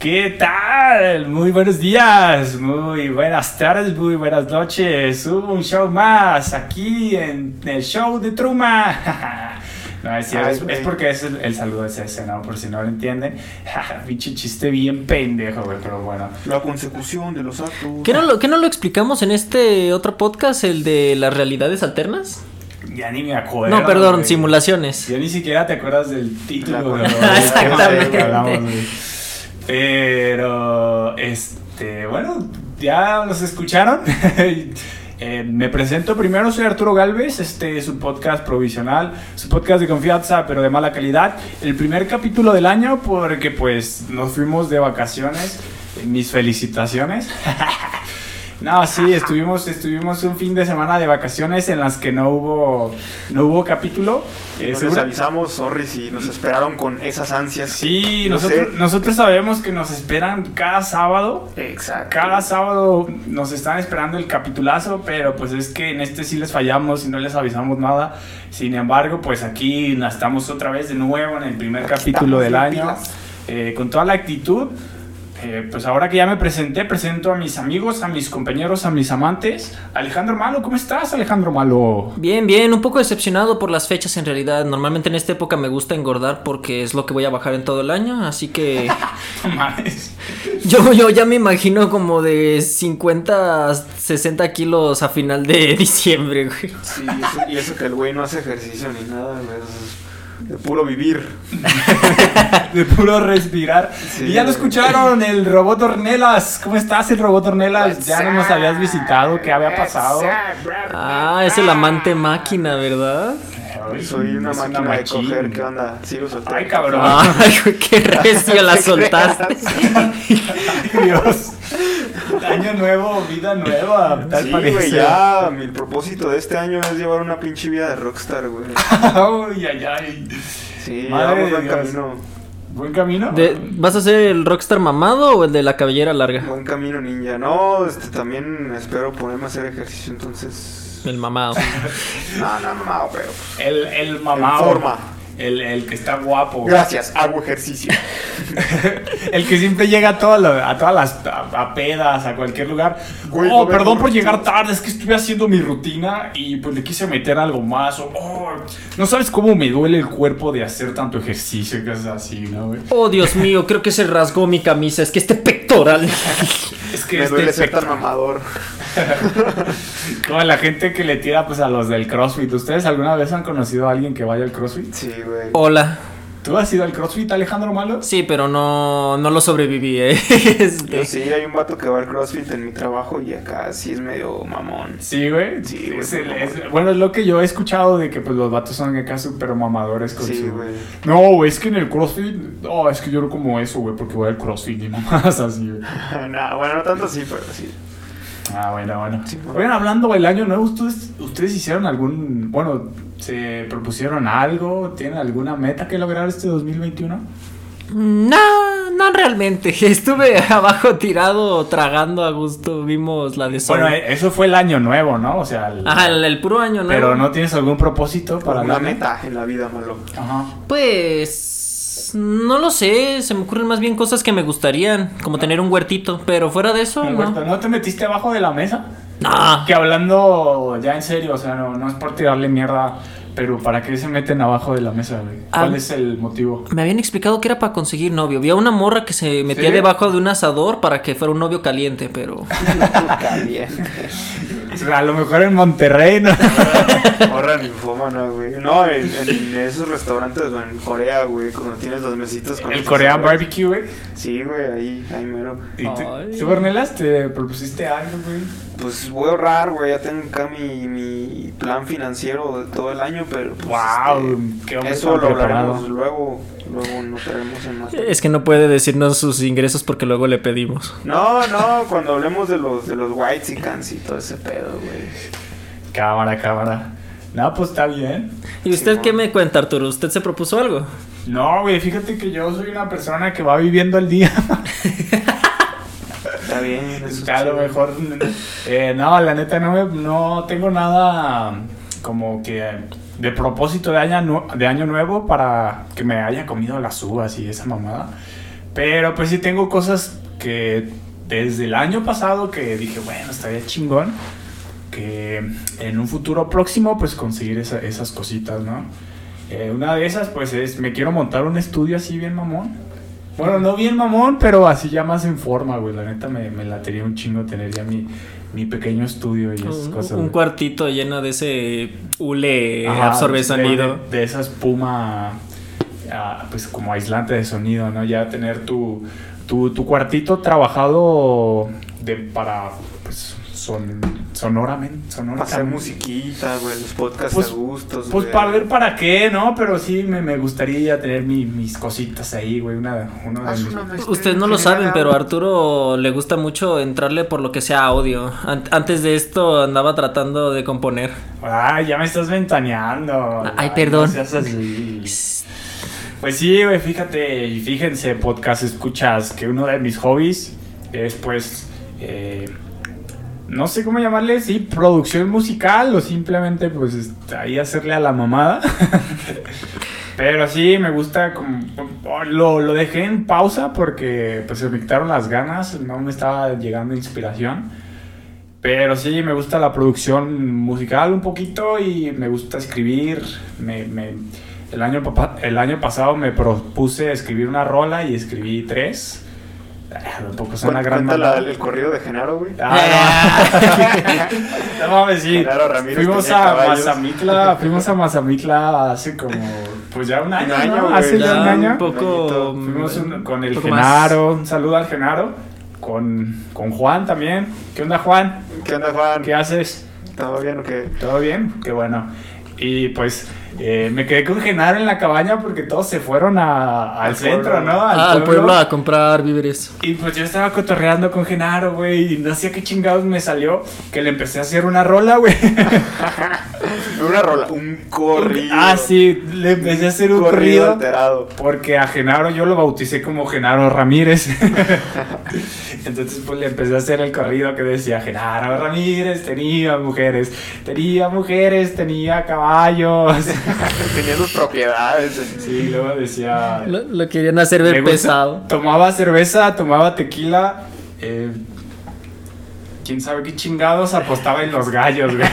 ¿Qué tal? Muy buenos días, muy buenas tardes, muy buenas noches. Un show más aquí en el show de Truman. No, es cierto, es porque es el saludo de ese, ¿no? Por si no lo entienden. Pinche chiste bien pendejo, güey, pero bueno. La consecución de los actos. ¿Qué no lo explicamos en este otro podcast, el de las realidades alternas? Ya ni me acuerdo. No, perdón, güey. Simulaciones. Ya ni siquiera te acuerdas del título. Exactamente. Pero, bueno, ya los escucharon. Me presento primero, soy Arturo Galvez. Este es su podcast provisional, su podcast de confianza, pero de mala calidad. El primer capítulo del año, porque pues nos fuimos de vacaciones. Mis felicitaciones. No, sí, estuvimos un fin de semana de vacaciones en las que no hubo capítulo. Les avisamos, sorry si nos esperaron con esas ansias. Sí, nosotros sabemos que nos esperan cada sábado. Exacto. Cada sábado nos están esperando el capitulazo, pero pues es que en este sí les fallamos y no les avisamos nada. Sin embargo, pues aquí estamos otra vez de nuevo en el primer capítulo del año, con toda la actitud. Pues ahora que ya me presento a mis amigos, a mis compañeros, a mis amantes. Alejandro Malo, ¿cómo estás, Alejandro Malo? Bien, un poco decepcionado por las fechas en realidad. Normalmente en esta época me gusta engordar porque es lo que voy a bajar en todo el año, así que... yo ya me imagino como de 50 a 60 kilos a final de diciembre, güey. Sí, y eso que el güey no hace ejercicio ni nada, güey. De puro vivir. De puro respirar. Sí, y ya lo escucharon, el robot Ornelas. ¿Cómo estás, el robot Ornelas? Ya no nos habías visitado, ¿qué había pasado? Ah, es el amante máquina, ¿verdad? Soy una máquina de coger, ¿qué onda? Sí, lo solté. Ay, cabrón. Ay, qué recio la soltaste. Dios. Año nuevo, vida nueva, tal sí, parece. Güey, ya, mi propósito de este año es llevar una pinche vida de rockstar, güey. Ay. Sí, madre de buen Dios. camino. ¿Buen camino? ¿Vas a ser el rockstar mamado o el de la cabellera larga? Buen camino, ninja. No, también espero ponerme a hacer ejercicio, entonces... El mamado. No mamado, pero... El mamado. En forma. El que está guapo. Gracias, hago ejercicio. El que siempre llega a todas las pedas, a cualquier lugar. Güey, perdón por llegar tarde, es que estuve haciendo mi rutina y pues le quise meter algo más. No sabes cómo me duele el cuerpo de hacer tanto ejercicio, que es así, ¿no, güey? Oh, Dios mío, creo que se rasgó mi camisa. Es que este pectoral. Es que me duele ser tan mamador. Como la gente que le tira pues a los del CrossFit. ¿Ustedes alguna vez han conocido a alguien que vaya al CrossFit? Sí, güey. Hola. ¿Tú has ido al CrossFit, Alejandro Malo? Sí, pero no lo sobreviví, Yo sí, hay un vato que va al CrossFit en mi trabajo y acá sí es medio mamón. Sí, güey. Sí, güey. Bueno, es lo que yo he escuchado de que pues los vatos son acá súper mamadores con sí, güey. No, güey, es que en el CrossFit... es que yo no como eso, güey, porque voy al CrossFit y mamás así, güey. No, bueno, no tanto sí, pero sí. Bueno. Sí, Oigan, hablando del año nuevo, ¿ustedes hicieron algún... Bueno, se propusieron algo? ¿Tienen alguna meta que lograr este 2021? No realmente. Estuve abajo tirado, tragando a gusto. Vimos la de Sol. Bueno, eso fue el año nuevo, ¿no? O sea... el puro año nuevo. Pero ¿no tienes algún propósito para una meta en la vida, Malo? Ajá. Pues... No lo sé, se me ocurren más bien cosas que me gustarían, como tener un huertito, pero fuera de eso, ¿No te metiste abajo de la mesa? No. Que hablando ya en serio, o sea, no es por tirarle mierda, pero ¿para qué se meten abajo de la mesa, güey? ¿Cuál es el motivo? Me habían explicado que era para conseguir novio. Vi a una morra que se metía debajo de un asador para que fuera un novio caliente, pero... Caliente. O sea, a lo mejor en Monterrey, ¿no? Morra ninfómana, güey. No, en esos restaurantes o en Corea, güey, cuando tienes los mesitos con el Korean barbecue, güey. Sí, güey, ahí mero. ¿Y tú, Ornelas, te propusiste algo, güey? Pues voy a ahorrar, güey, ya tengo acá mi plan financiero de todo el año, pero pues wow, qué hombre eso lo preparado. hablaremos luego nos traemos en más. Es que no puede decirnos sus ingresos porque luego le pedimos. No, cuando hablemos de los whitexicans y todo ese pedo, güey. Cámara. No, pues está bien. ¿Y usted qué me cuenta, Arturo? ¿Usted se propuso algo? No, güey, fíjate que yo soy una persona que va viviendo el día. Está bien, eso a lo mejor no, la neta no tengo nada como que de propósito de año nuevo para que me haya comido las uvas y esa mamada. Pero pues sí tengo cosas que desde el año pasado que dije, bueno, estaría chingón que en un futuro próximo pues conseguir esas cositas, ¿no? Una de esas pues es, me quiero montar un estudio así bien mamón. Bueno, no bien mamón, pero así ya más en forma, güey. La neta me latería un chingo tener ya mi pequeño estudio y esas cosas. Un cuartito lleno de ese hule absorbe sonido. De esa espuma, pues como aislante de sonido, ¿no? Ya tener tu cuartito trabajado para, pues, sonoramente. Hacer musiquita, güey, los podcasts pues, a gustos, pues güey. para ver para qué, ¿no? Pero sí me gustaría ya tener mis cositas ahí, güey. Ustedes no lo saben, pero a Arturo le gusta mucho entrarle por lo que sea audio. Antes de esto andaba tratando de componer. Ay, ya me estás ventaneando. Ay, perdón. No seas así. Pues sí, güey, fíjense, podcast escuchas, que uno de mis hobbies es, pues, no sé cómo llamarle, sí, producción musical o simplemente, pues, ahí hacerle a la mamada. Pero sí, me gusta, lo dejé en pausa porque, pues, se me quitaron las ganas, no me estaba llegando inspiración. Pero sí, me gusta la producción musical un poquito y me gusta escribir, El año pasado me propuse escribir una rola y escribí 3. Tampoco son una gran Cuéntala el corrido de Genaro, güey. No mames, sí. Genaro Ramírez Fuimos a Mazamitla hace como, pues ya un año, ¿no? Hace ya un año. Un poco. Fuimos con el poco Genaro, un saludo al Genaro. Con Juan también. ¿Qué onda, Juan? ¿Qué onda, Juan? ¿Qué haces? ¿Todo bien o qué? ¿Todo bien? Qué bueno. Y pues me quedé con Genaro en la cabaña porque todos se fueron al centro, pueblo. ¿no? Al pueblo a comprar víveres. Y pues yo estaba cotorreando con Genaro, güey, y no sé qué chingados me salió que le empecé a hacer una rola, güey. Una rola, un corrido. Sí, le empecé a hacer un corrido alterado. porque a Genaro yo lo bauticé como Genaro Ramírez. Entonces pues le empecé a hacer el corrido que decía: Genaro Ramírez tenía mujeres, tenía caballos. Tenía sus propiedades. Sí, luego decía... Lo querían hacer ver pesado. Tomaba cerveza, tomaba tequila, quién sabe qué chingados, apostaba en los gallos, güey.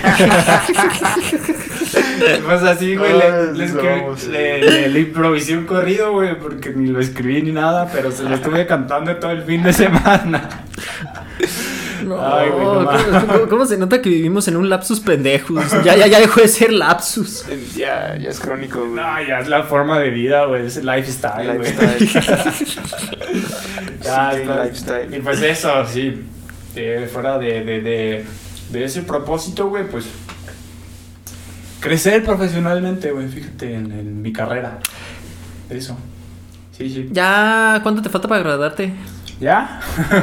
Pues así, güey, le improvisé un corrido, güey, porque ni lo escribí ni nada, pero se lo estuve cantando todo el fin de semana. No, ay, güey, ¿Cómo se nota que vivimos en un lapsus pendejos? Ya dejó de ser lapsus. Ya es crónico, güey. No, ya es la forma de vida, güey, es el lifestyle, güey. Lifestyle. Y pues eso, sí. Fuera de ese propósito, güey, pues crecer profesionalmente, güey, fíjate, en mi carrera. Eso. Sí. Ya, ¿cuánto te falta para graduarte? ¿Ya?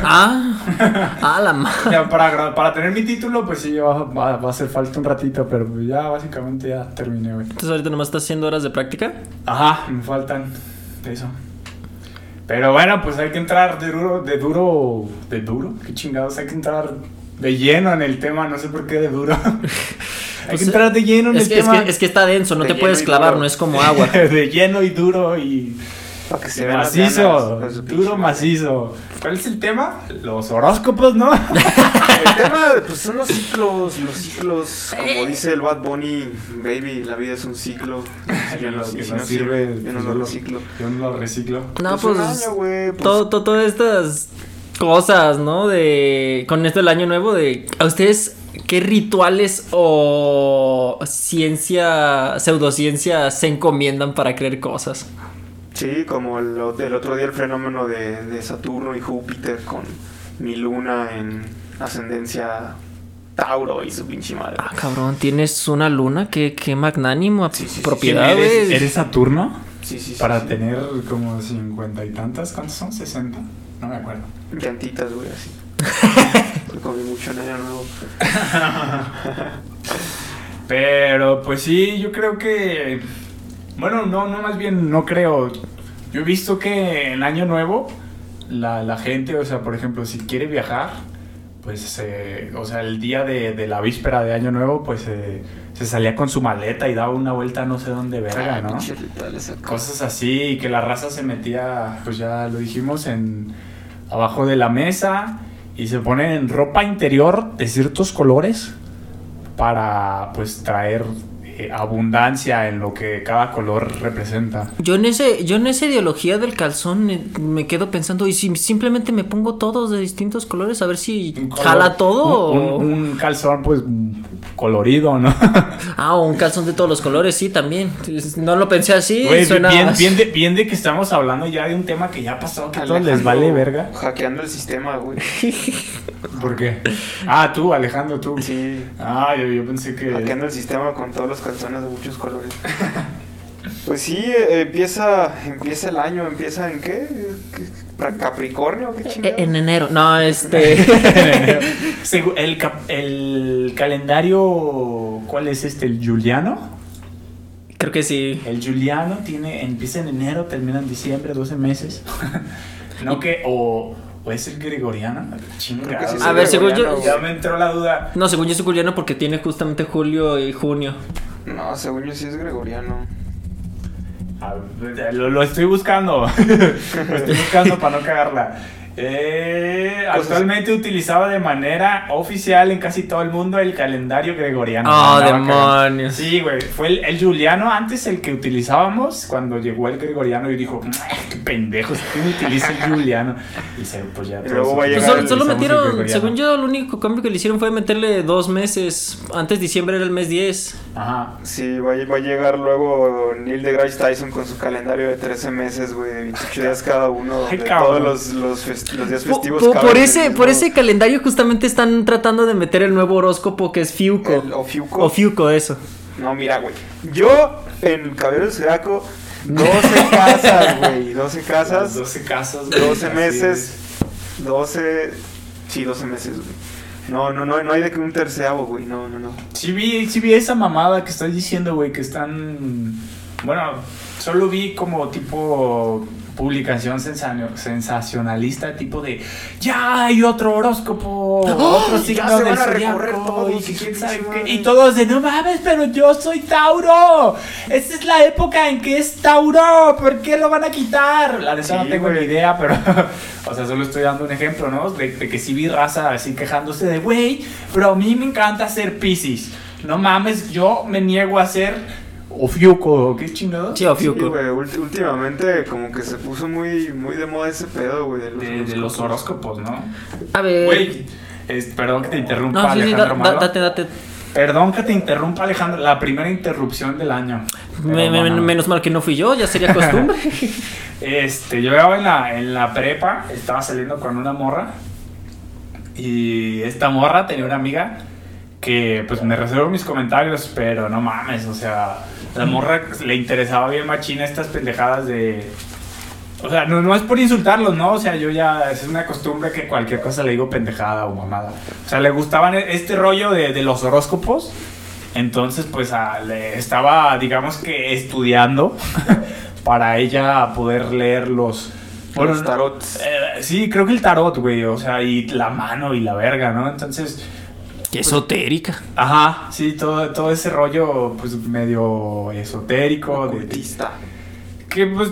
La madre. Ya, para tener mi título, pues sí, va a hacer falta un ratito, pero pues ya básicamente ya terminé, güey. Entonces ahorita nomás estás haciendo horas de práctica. Ajá, me faltan eso. Pero bueno, pues hay que entrar de duro, ¿qué chingados? Hay que entrar de lleno en el tema, no sé por qué de duro. Hay que entrar de lleno en el tema. Es que está denso, no te puedes clavar, no es como agua. De lleno y duro y... Para que se macizo, duro macizo. ¿Cuál es el tema? Los horóscopos, ¿no? El tema, pues son los ciclos, como dice el Bad Bunny, baby, la vida es un ciclo. Yo no sirve, yo no lo reciclo. Yo no lo reciclo. No, pues un año, güey, pues. Todas estas cosas, ¿no? Con esto del año nuevo, ¿a ustedes qué rituales o pseudociencia se encomiendan para creer cosas? Sí, como el otro día el fenómeno de Saturno y Júpiter con mi luna en ascendencia Tauro y su pinche madre. Cabrón, tienes una luna, qué magnánimo, sí, propiedad, güey. ¿Eres Saturno? Sí. Para tener como 50 y tantas, ¿cuántos son? 60, no me acuerdo. Llantitas, güey, así. Me comí mucho en año nuevo. Pero pues sí, yo creo que... Bueno, no, más bien no creo. Yo he visto que en Año Nuevo la gente, o sea, por ejemplo, si quiere viajar, pues, o sea, el día de la víspera de Año Nuevo, pues se se salía con su maleta y daba una vuelta no sé dónde verga, ¿no? Cosas así, y que la raza se metía, pues ya lo dijimos, abajo de la mesa y se pone en ropa interior de ciertos colores para pues traer abundancia en lo que cada color representa. Yo en esa ideología del calzón me quedo pensando, ¿y si simplemente me pongo todos de distintos colores a ver si jala todo? Un calzón pues colorido, ¿no? O un calzón de todos los colores, sí, también. No lo pensé así. Güey, suena... bien de que estamos hablando ya de un tema que ya pasó, que a todos les vale verga. Hackeando el sistema, güey. ¿Por qué? Tú, Alejandro, tú. Sí. Yo pensé que... Hackeando el sistema con todos los calzones de muchos colores. Pues sí, empieza el año, ¿empieza en qué? ¿Capricornio? ¿Qué chingada? En enero, El calendario, ¿cuál es el juliano? Creo que sí. El juliano empieza en enero, termina en diciembre, 12 meses. ¿No que o es el gregoriano? Chingada. Sí, a ver, según yo... Ya me entró la duda. No, según yo es juliano porque tiene justamente julio y junio. No, según yo sí es gregoriano. Lo estoy buscando. Lo estoy buscando para no cagarla. Actualmente utilizaba de manera oficial en casi todo el mundo el calendario gregoriano. Demonios. Sí, güey. Fue el juliano antes el que utilizábamos. Cuando llegó el gregoriano y dijo, qué pendejos, ¿quién utiliza el juliano? Y pues ya. Luego va a llegar solo metieron, según yo, el único cambio que le hicieron fue meterle 2 meses. Antes diciembre era el mes 10. Ajá. Sí, va a llegar luego Neil deGrasse Tyson con su calendario de 13 meses, güey, de 28 días cada uno. Ay, de cabrón. todos los días festivos. Por ese calendario justamente están tratando de meter el nuevo horóscopo que es Fiuco. ¿O Fiuco, eso. No, mira, güey. Yo en Caballero del Zodiaco 12 casas, güey. 12 casas. 12 casas, güey. 12 meses. 12. Sí, 12 meses, güey. No hay de que un terceavo, güey. No. Sí vi esa mamada que estás diciendo, güey, que están... Bueno, solo vi como tipo publicación sensacionalista, tipo de ya hay otro horóscopo, otro signo del zodiaco, y que quién sabe qué, y todos de no mames, pero yo soy Tauro, esta es la época en que es Tauro, ¿por qué lo van a quitar? La neta no tengo ni idea, pero o sea, solo estoy dando un ejemplo, ¿no? De que sí vi raza así quejándose de güey, pero a mí me encanta ser Piscis, no mames, yo me niego a ser Ofiuco, ¿qué chingado? Sí, Ofiuco. Sí, güey, últimamente como que se puso muy de moda ese pedo, güey, de los horóscopos, ¿no? A ver... Güey, perdón que te interrumpa, no, Alejandro Malo. Date. Perdón que te interrumpa, Alejandro, la primera interrupción del año. Menos mal que no fui yo, ya sería costumbre. Yo en la prepa, estaba saliendo con una morra, y esta morra tenía una amiga que pues me reservo mis comentarios, pero no mames, o sea, la morra le interesaba bien machina estas pendejadas de... O sea, no es por insultarlos, ¿no? O sea, yo ya... Es una costumbre que cualquier cosa le digo pendejada o mamada. O sea, le gustaban este rollo de los horóscopos. Entonces, pues, le estaba, digamos que, estudiando para ella poder leer los tarots. Sí, creo que el tarot, güey. O sea, y la mano y la verga, ¿no? Entonces... Qué esotérica. Ajá, sí, todo ese rollo, pues, medio esotérico. Ocultista. Que, pues,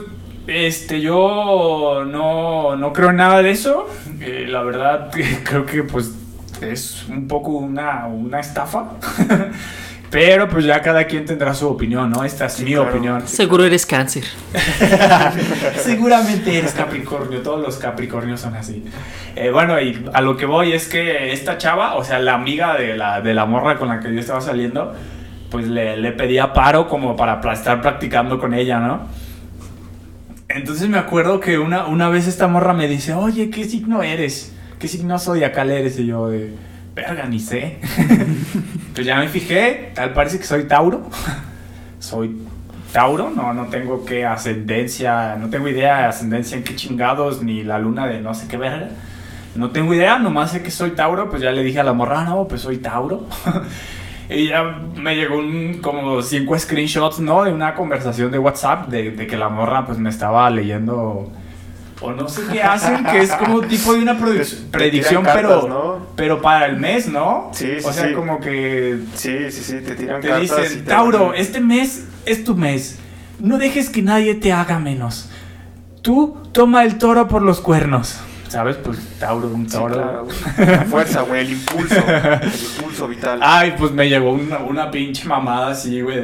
yo no creo en nada de eso. La verdad, creo que, pues, es un poco una estafa. Pero, pues, ya cada quien tendrá su opinión, ¿no? Esta es mi opinión. Seguro eres Cáncer. Seguramente eres Capricornio. Todos los Capricornios son así. Bueno, y a lo que voy es que esta chava, o sea, la amiga de la morra con la que yo estaba saliendo, pues le pedía paro como para estar practicando con ella, ¿no? Entonces me acuerdo que una vez esta morra me dice, oye, ¿qué signo eres? ¿Qué signo zodiacal eres? Y yo verga, ni sé. Pues ya me fijé, tal parece que soy Tauro. Soy Tauro, no tengo qué ascendencia, no tengo idea de ascendencia en qué chingados, ni la luna de no sé qué verga. No tengo idea, nomás sé que soy Tauro, pues ya le dije a la morra, no, pues soy Tauro. Y ya me llegó como 5 screenshots, ¿no? De una conversación de WhatsApp de que la morra pues me estaba leyendo o no sé qué hacen, que es como tipo de una predicción, cartas, ¿no? pero para el mes, ¿no? Sí, o sea, sí. como que Sí, te tiran te cartas. dicen, Tauro, este mes es tu mes. No dejes que nadie te haga menos. Tú toma el toro por los cuernos. ¿Sabes? Pues Tauro, un toro. Sí, claro, güey. La fuerza, güey, el impulso vital. Ay, pues me llegó una pinche mamada así, güey,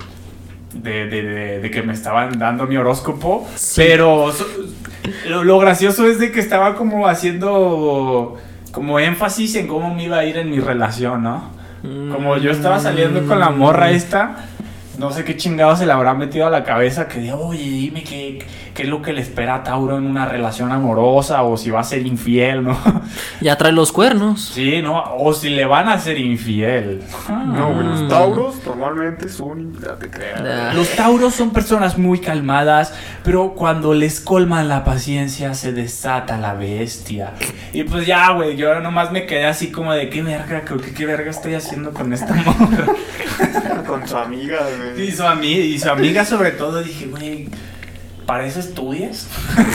de que me estaban dando mi horóscopo. Sí. Pero lo gracioso es de que estaba como haciendo como énfasis en cómo me iba a ir en mi relación, ¿no? Como yo estaba saliendo con la morra esta, no sé qué chingado se le habrá metido a la cabeza que diga, oye, dime qué es lo que le espera a Tauro en una relación amorosa, o si va a ser infiel, ¿no? Ya trae los cuernos. Sí, ¿no? O si le van a ser infiel. No, güey, los Tauros normalmente son... Ya te creas. Los Tauros son personas muy calmadas, pero cuando les colman la paciencia se desata la bestia. Y pues ya, güey, yo nomás me quedé así como de qué verga estoy haciendo con esta morra. Con su amiga, güey. Y su amiga sobre todo, dije, güey, ¿para eso estudias?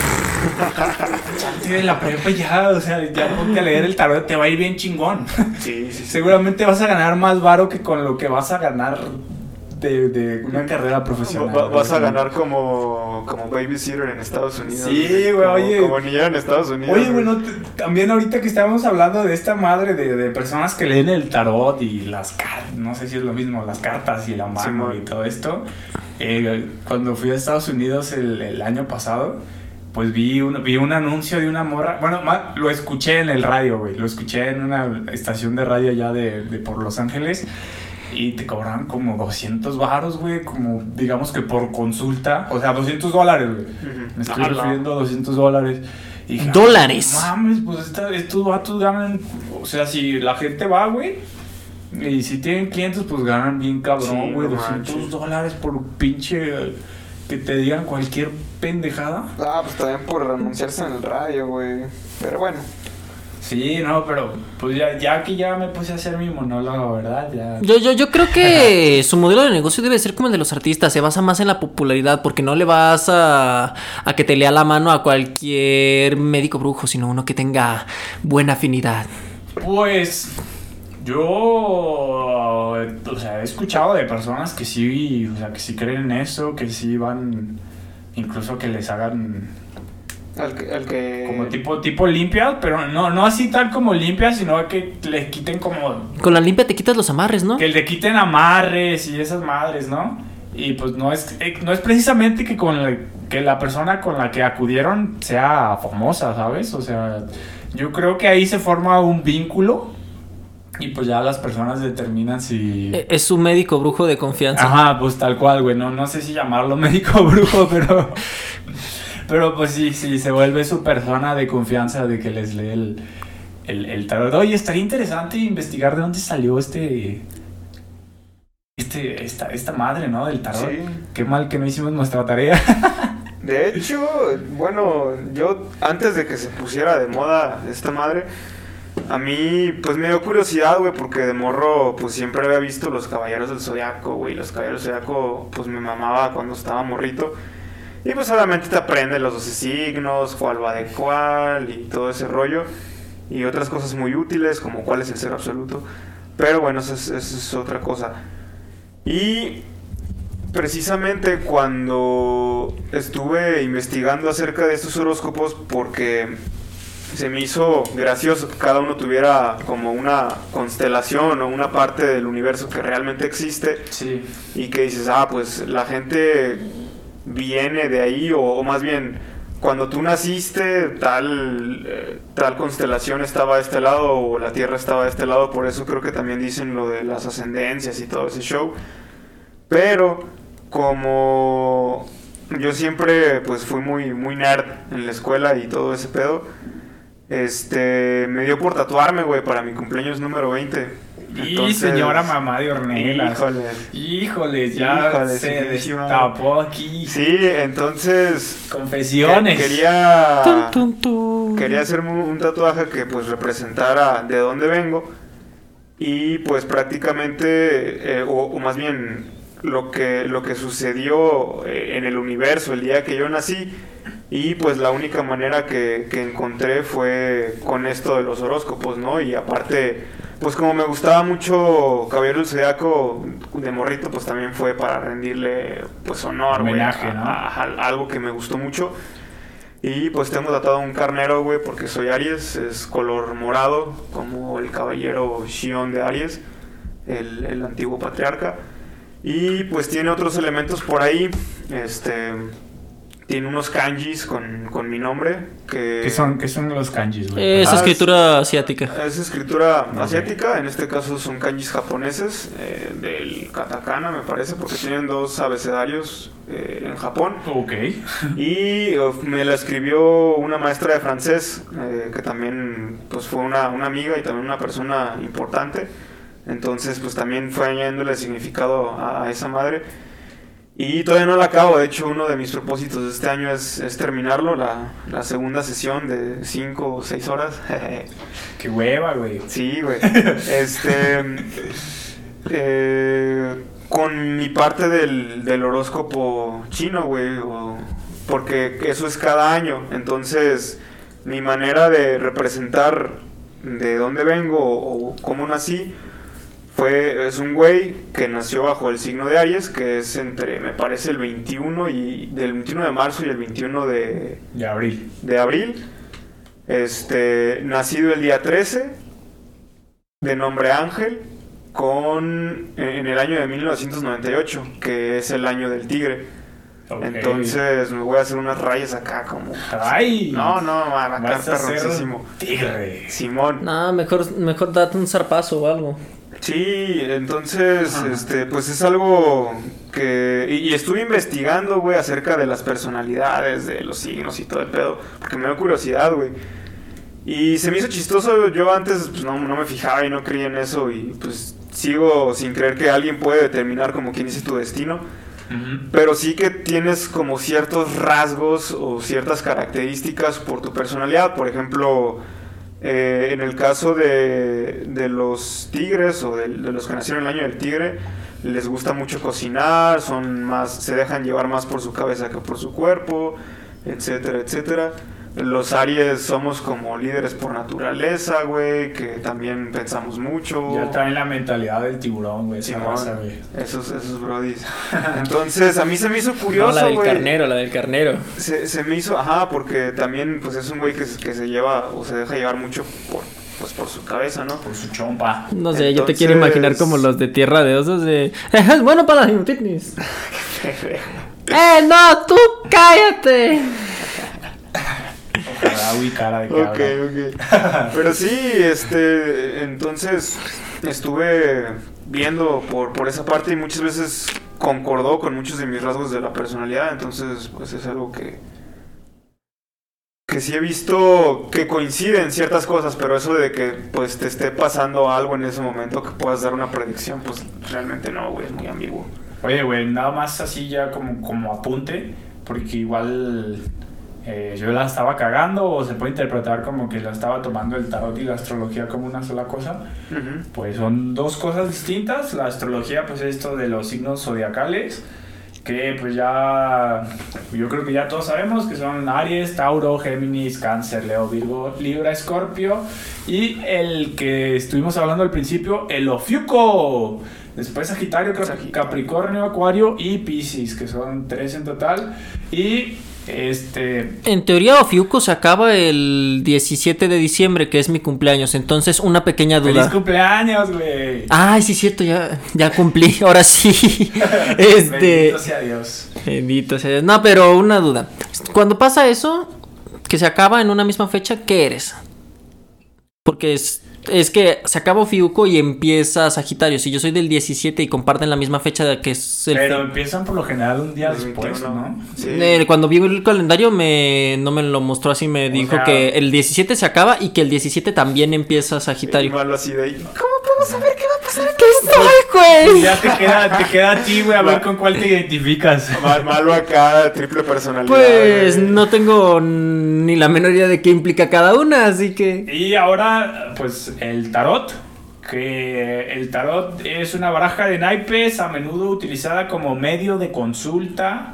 Chante de la prepa ya, o sea, ya ponte a leer el tarot, te va a ir bien chingón. Sí. Seguramente vas a ganar más varo que con lo que vas a ganar de una carrera profesional. Vas a ganar como babysitter en Estados Unidos. Sí, güey, oye. Como niñera en Estados Unidos. Oye, güey, también ahorita que estábamos hablando de esta madre de personas que leen el tarot y las cartas, no sé si es lo mismo, las cartas y la mano y todo esto. Cuando fui a Estados Unidos el año pasado, pues vi un anuncio de una morra. Bueno, lo escuché en el radio, güey. Lo escuché en una estación de radio allá de por Los Ángeles. Y te cobraban como 200 varos, güey, como digamos que por consulta. O sea, $200, güey. Me estoy refiriendo a $200. Y dije, ¿dólares? No mames, pues estos vatos ganan. O sea, si la gente va, güey, y si tienen clientes, pues ganan bien cabrón, güey. Sí, $200 por pinche. Que te digan cualquier pendejada. Pues también por anunciarse en el radio, güey. Pero bueno. Sí, no, pero pues ya que ya me puse a hacer mi monólogo, ¿verdad? Ya. Yo creo que su modelo de negocio debe ser como el de los artistas. Se basa más en la popularidad, porque no le vas a que te lea la mano a cualquier médico brujo, sino uno que tenga buena afinidad. Pues yo, o sea, he escuchado de personas que sí, o sea, que sí creen en eso, que sí van, incluso que les hagan al que... como tipo limpias, pero no así tal como limpias, sino que le quiten como... Con la limpia te quitas los amarres, ¿no? Que le quiten amarres y esas madres, ¿no? Y pues no es precisamente que la persona con la que acudieron sea famosa, ¿sabes? O sea, yo creo que ahí se forma un vínculo y pues ya las personas determinan si... Es su médico brujo de confianza. Ajá, pues tal cual, güey. No sé si llamarlo médico brujo, pero pues sí, se vuelve su persona de confianza de que les lee el tarot. Oye, estaría interesante investigar de dónde salió esta madre, ¿no? Del tarot. Sí. Qué mal que no hicimos nuestra tarea. De hecho, bueno, yo antes de que se pusiera de moda esta madre, a mí pues me dio curiosidad, güey, porque de morro pues siempre había visto Los Caballeros del Zodiaco, güey. Los Caballeros del Zodiaco pues me mamaba cuando estaba morrito. Y pues obviamente te aprendes los 12 signos, cuál va de cuál y todo ese rollo. Y otras cosas muy útiles, como cuál es el ser absoluto. Pero bueno, eso es otra cosa. Y precisamente cuando estuve investigando acerca de estos horóscopos, porque se me hizo gracioso que cada uno tuviera como una constelación o una parte del universo que realmente existe. Sí. Y que dices, pues la gente viene de ahí, o más bien cuando tú naciste tal constelación estaba a este lado o la Tierra estaba a este lado. Por eso creo que también dicen lo de las ascendencias y todo ese show. Pero como yo siempre pues fui muy nerd en la escuela y todo ese pedo, me dio por tatuarme, güey, para mi cumpleaños número 20. Y señora mamá de Ornelas. Híjoles, ya se destapó aquí. Sí, entonces confesiones. Quería hacerme un tatuaje que pues representara de dónde vengo. Y pues prácticamente, o más bien lo que sucedió en el universo el día que yo nací, Y pues la única manera que encontré fue con esto de los horóscopos, ¿no? Y aparte, pues como me gustaba mucho Caballero del Zodiaco de morrito, pues también fue para rendirle pues honor, güey, homenaje, ¿no? a algo que me gustó mucho. Y pues tengo tatuado un carnero, güey, porque soy Aries, es color morado, como el caballero Shion de Aries, el antiguo patriarca. Y pues tiene otros elementos por ahí, tiene unos kanjis con mi nombre. ¿Qué son los kanjis, güey? Es escritura asiática. Es escritura asiática, en este caso son kanjis japoneses, del katakana me parece, porque tienen 2 abecedarios en Japón. Ok. Y me la escribió una maestra de francés, que también pues fue una amiga y también una persona importante. Entonces pues también fue añadiéndole significado a esa madre. Y todavía no la acabo, de hecho uno de mis propósitos de este año es terminarlo, la segunda sesión de 5 o 6 horas. Qué hueva, güey. Sí, güey. Con mi parte del horóscopo chino, güey, porque eso es cada año, entonces mi manera de representar de dónde vengo o cómo nací es un güey que nació bajo el signo de Aries, que es entre, me parece, del 21 de marzo y el 21 de abril. Nacido el día 13, de nombre Ángel, en el año de 1998, que es el año del tigre. Okay. Entonces me voy a hacer unas rayas acá como... ¡Ay! No, man, acá vas a perroncísimo. Tigre. Simón. No, mejor date un zarpazo o algo. Sí, entonces, pues es algo que... Y estuve investigando, güey, acerca de las personalidades, de los signos y todo el pedo, porque me dio curiosidad, güey. Y se me hizo chistoso, yo antes pues, no me fijaba y no creía en eso, y pues sigo sin creer que alguien puede determinar como quién dice tu destino. Uh-huh. Pero sí que tienes como ciertos rasgos o ciertas características por tu personalidad, por ejemplo... en el caso de los tigres o de los que nacieron en el año del tigre, les gusta mucho cocinar, se dejan llevar más por su cabeza que por su cuerpo, etcétera, etcétera. Los Aries somos como líderes por naturaleza, güey, que también pensamos mucho. Ya traen la mentalidad del tiburón, güey, esa raza, güey. Esos brodis. Entonces, a mí se me hizo curioso, no, la del carnero. Se me hizo, porque también, pues, es un güey que se lleva, o se deja llevar mucho por su cabeza, ¿no? Por su chompa. No sé, yo te quiero imaginar como los de Tierra de Osos de... Es bueno para la fitness. No, tú cállate. Cara de cabra. Ok. Pero sí, entonces estuve viendo por esa parte y muchas veces concordó con muchos de mis rasgos de la personalidad, entonces pues es algo que sí he visto que coinciden ciertas cosas, pero eso de que pues te esté pasando algo en ese momento que puedas dar una predicción, pues realmente no, güey, es muy ambiguo. Oye, güey, nada más así ya como apunte, porque igual... yo la estaba cagando o se puede interpretar como que la estaba tomando el tarot y la astrología como una sola cosa. Uh-huh. Pues son 2 cosas distintas. La astrología pues es esto de los signos zodiacales, que pues ya yo creo que ya todos sabemos que son Aries, Tauro, Géminis, Cáncer, Leo, Virgo, Libra, Escorpio y el que estuvimos hablando al principio, el Ofiuco. Después Sagitario, Capricornio, Acuario y Piscis, que son 3 en total. Y en teoría Ofiuco se acaba el 17 de diciembre, que es mi cumpleaños. Entonces, una pequeña duda. ¡Feliz cumpleaños, güey! Ay, sí, cierto, ya cumplí. Ahora sí. Bendito sea Dios. Bendito sea Dios. No, pero una duda. Cuando pasa eso, que se acaba en una misma fecha, ¿qué eres? Porque es que se acaba Ofiuco y empieza Sagitario. Si yo soy del 17 y comparten la misma fecha que es el... Pero empiezan por lo general un día después, ¿no? Sí. Cuando vi el calendario no me lo mostró así. Me dijo que el 17 se acaba y que el 17 también empieza Sagitario. Malo así de ahí. ¿Cómo puedo saber qué va a pasar? ¿Qué soy, güey? Ya te queda a ti, güey, a ver con cuál te identificas. Malo acá, triple personalidad. Pues no tengo ni la menor idea de qué implica cada una, así que... Y ahora, pues... el tarot, que el tarot es una baraja de naipes a menudo utilizada como medio de consulta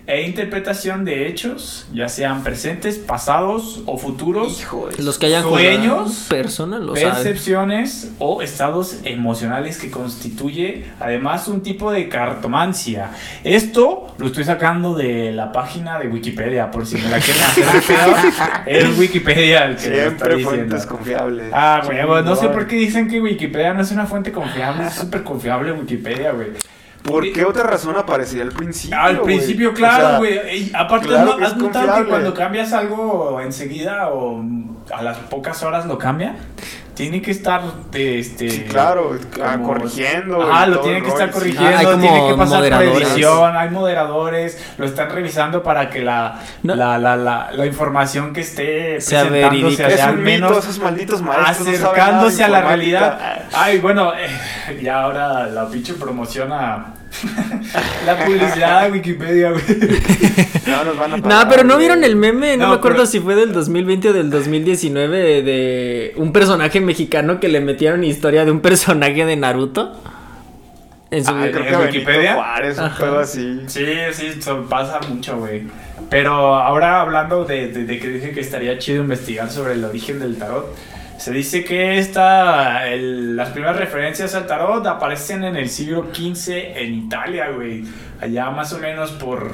e interpretación de hechos, ya sean presentes, pasados o futuros, los que hayan sueños, personas, percepciones o estados emocionales que constituye además un tipo de cartomancia. Esto lo estoy sacando de la página de Wikipedia, por si me la quieren hacer de pedo. Es Wikipedia el que siempre lo está diciendo. Fuentes confiables. Ah, güey, no sé por qué dicen que Wikipedia no es una fuente confiable. Es súper confiable Wikipedia, güey. ¿Por qué otra razón aparecía al principio? Al principio, claro, güey. O sea, aparte, claro ¿has notado que cuando cambias algo enseguida o a las pocas horas lo cambia? Tiene que estar, sí, claro, corrigiendo. Lo tiene que estar corrigiendo, hay como tiene que pasar moderadores. revisión, hay moderadores, lo están revisando para que la información que esté sea presentándose verídica. sea al un menos mito, esos malditos maestros acercándose a la no saben nada de realidad. Ay, bueno, ya ahora la pinche promociona la publicidad de Wikipedia, güey. No, nos van a pagar, no, pero ¿no vieron el meme? No me acuerdo pero... si fue del 2020 o del 2019 de un personaje mexicano que le metieron historia de un personaje de Naruto. En su creo que Wikipedia. Juárez, un pedo así. Sí, pasa mucho, güey. Pero ahora hablando de que dije que estaría chido investigar sobre el origen del tarot. Se dice que las primeras referencias al tarot aparecen en el siglo XV en Italia, güey. Allá más o menos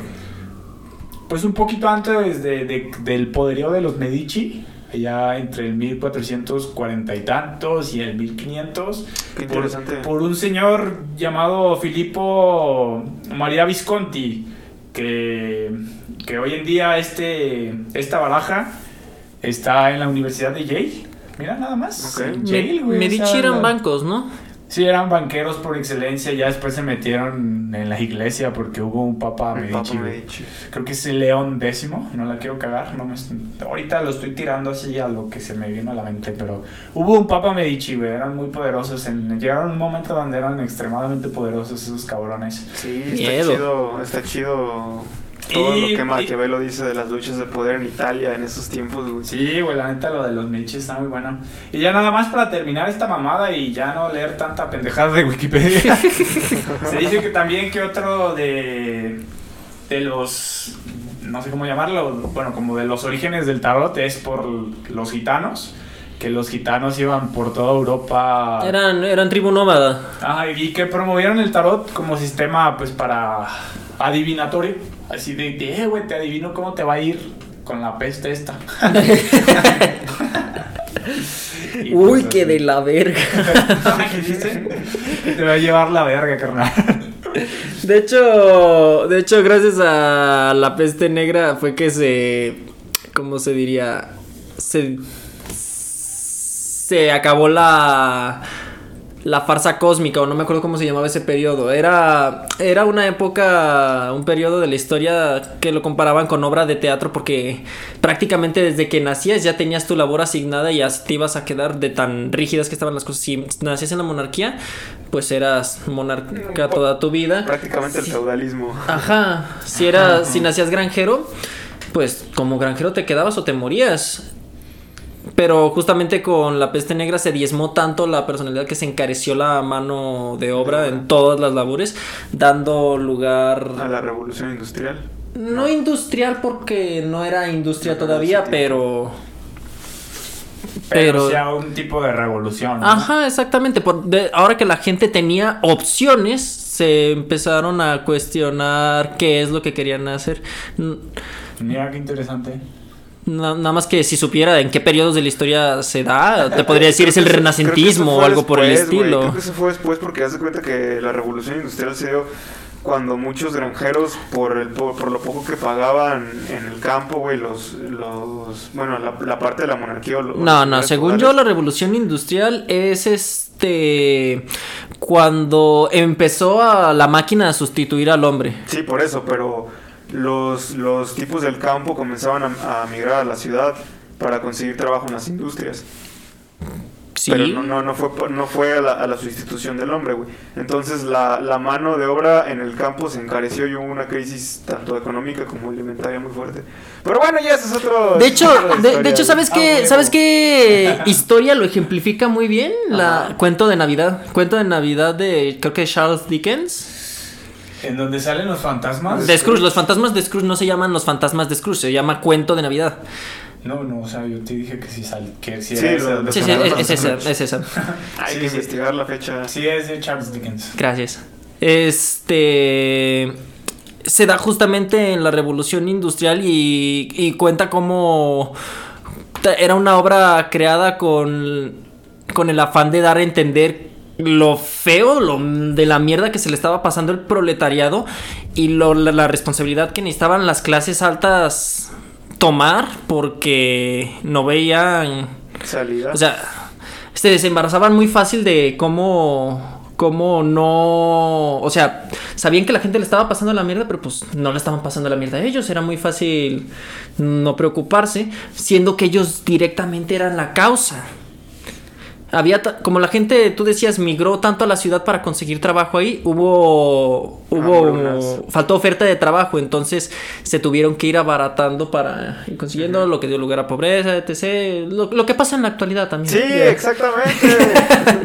pues un poquito antes del poderío de los Medici. Allá entre el 1440 y tantos y el 1500. Qué interesante. Por un señor llamado Filippo Maria Visconti. Que hoy en día esta baraja está en la Universidad de Yale. Mira, nada más. Okay. Yale, güey. Medici eran bancos, ¿no? Sí, eran banqueros por excelencia. Ya después se metieron en la iglesia porque hubo un papa Medici. Creo que es el León X. No la quiero cagar. Ahorita lo estoy tirando así a lo que se me viene a la mente. Pero hubo un papa Medici, güey. Eran muy poderosos. Llegaron a un momento donde eran extremadamente poderosos esos cabrones. Sí, está chido. Todo lo que Maquiavelo dice de las luchas de poder en Italia en esos tiempos, güey. Sí, güey, la neta lo de los Medici está muy bueno. Y ya nada más para terminar esta mamada y ya no leer tanta pendejada de Wikipedia. Se dice que también que otro de los, no sé cómo llamarlo, bueno, como de los orígenes del tarot es por los gitanos. Que los gitanos iban por toda Europa. Eran tribu nómada. Y que promovieron el tarot como sistema, pues, para adivinatorio. Así de güey, te adivino cómo te va a ir con la peste esta. Uy, pues, que de la verga. ¿Qué dice? Te va a llevar la verga, carnal. De hecho, gracias a la peste negra fue que ¿cómo se diría? Se acabó la farsa cósmica, o no me acuerdo cómo se llamaba ese periodo. Era una época, un periodo de la historia que lo comparaban con obra de teatro, porque prácticamente desde que nacías ya tenías tu labor asignada y ya te ibas a quedar de tan rígidas que estaban las cosas. Si nacías en la monarquía, pues eras monarca toda tu vida. Prácticamente el feudalismo. Ajá. Si nacías granjero, pues como granjero te quedabas o te morías. Pero justamente con la peste negra se diezmó tanto la personalidad que se encareció la mano de obra en todas las labores, dando lugar a la revolución industrial. No industrial porque no era industria todavía, pero sea un tipo de revolución, ¿no? Ajá, exactamente. Ahora que la gente tenía opciones, se empezaron a cuestionar qué es lo que querían hacer. Mira qué interesante. Nada más que si supiera en qué periodos de la historia se da, te podría decir es el renacentismo o algo por el estilo. Creo que eso fue después porque haz de cuenta que la revolución industrial se dio cuando muchos granjeros por lo poco que pagaban en el campo, güey, bueno, la parte de la monarquía no, según yo la revolución industrial es cuando empezó la máquina a sustituir al hombre. Sí, por eso, pero los tipos del campo comenzaban a migrar a la ciudad para conseguir trabajo en las industrias. Sí. Pero no fue a la sustitución del hombre, güey. Entonces la mano de obra en el campo se encareció y hubo una crisis tanto económica como alimentaria muy fuerte. Pero bueno, ya ese es otro. De hecho, ¿sabes qué historia lo ejemplifica muy bien? Cuento de Navidad. Cuento de Navidad de, creo que Charles Dickens. En donde salen los fantasmas. De Scrooge, los fantasmas de Scrooge no se llaman los fantasmas de Scrooge, se llama Cuento de Navidad. No, o sea, yo te dije que si que Sí, era lo- Sí, es esa. Hay Sí, que sí. investigar la fecha. Sí, es de Charles Dickens. Gracias. Se da justamente en la Revolución Industrial y cuenta cómo era una obra creada con el afán de dar a entender lo feo, de la mierda que se le estaba pasando al proletariado y la responsabilidad que necesitaban las clases altas tomar porque no veían, Salida. o sea, se desembarazaban muy fácil de cómo no, o sea, sabían que la gente le estaba pasando la mierda, pero pues no le estaban pasando la mierda a ellos, era muy fácil no preocuparse, siendo que ellos directamente eran la causa. Como la gente, tú decías, migró tanto a la ciudad para conseguir trabajo ahí, Hambrunas. faltó oferta de trabajo, entonces se tuvieron que ir abaratando para ir consiguiendo lo que dio lugar a pobreza, etc. Lo que pasa en la actualidad también. Sí, exactamente.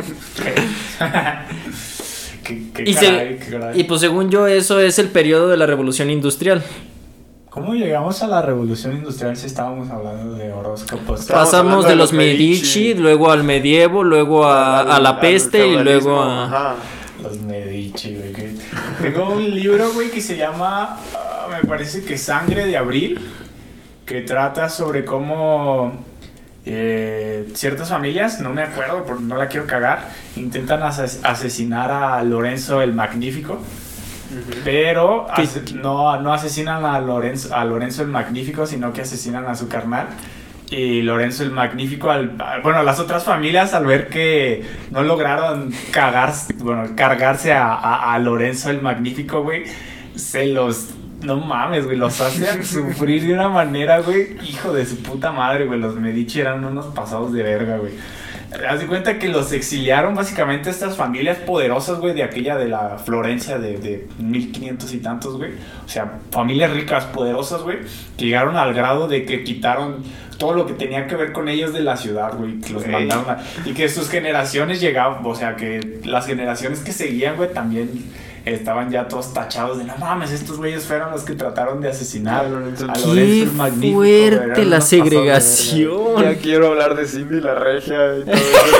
Y, qué caray. y pues según yo eso es el periodo de la Revolución Industrial. ¿Cómo llegamos a la revolución industrial si estábamos hablando de horóscopos? Estamos Pasamos hablando de de los los Medici, Medici, luego al medievo, luego a la peste y luego a... Ajá. Los Medici, güey. Tengo un libro, güey, que se llama, me parece que Sangre de Abril, que trata sobre cómo ciertas familias, no me acuerdo, porque no la quiero cagar, intentan asesinar a Lorenzo el Magnífico. Pero no asesinan a Lorenzo el Magnífico, sino que asesinan a su carnal. Y Lorenzo el Magnífico, las otras familias al ver que no lograron cargarse a Lorenzo el Magnífico, güey, no mames, güey, los hacen sufrir de una manera, güey, hijo de su puta madre, güey. Los Medici eran unos pasados de verga, güey. Haz de cuenta que los exiliaron básicamente estas familias poderosas, güey, de aquella de la Florencia de 1500 y tantos, güey. O sea, familias ricas, poderosas, güey, que llegaron al grado de que quitaron todo lo que tenía que ver con ellos de la ciudad, güey, que los mandaron y que sus generaciones llegaban, o sea, que las generaciones que seguían, güey, también estaban ya todos tachados de no mames, estos güeyes fueron los que trataron de asesinar a Lorenzo Qué el Magnífico. fuerte Eran la unos pasados de verga. segregación. Ya quiero hablar de Cindy la Regia y todo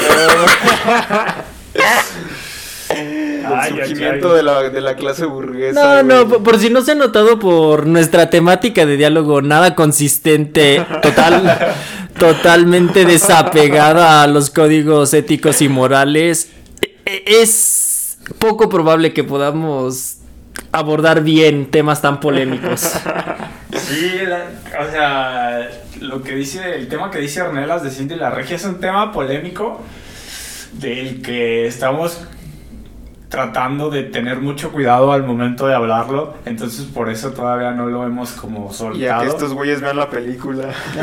eso. El surgimiento de la clase burguesa. No, güey. por si no se ha notado por nuestra temática de diálogo nada consistente, totalmente desapegada a los códigos éticos y morales, es poco probable que podamos abordar bien temas tan polémicos. Sí, o sea, el tema que dice Ornelas de Cindy la Regia es un tema polémico del que estamos tratando de tener mucho cuidado al momento de hablarlo, entonces por eso todavía no lo hemos como soltado. Y a que estos güeyes vean la película.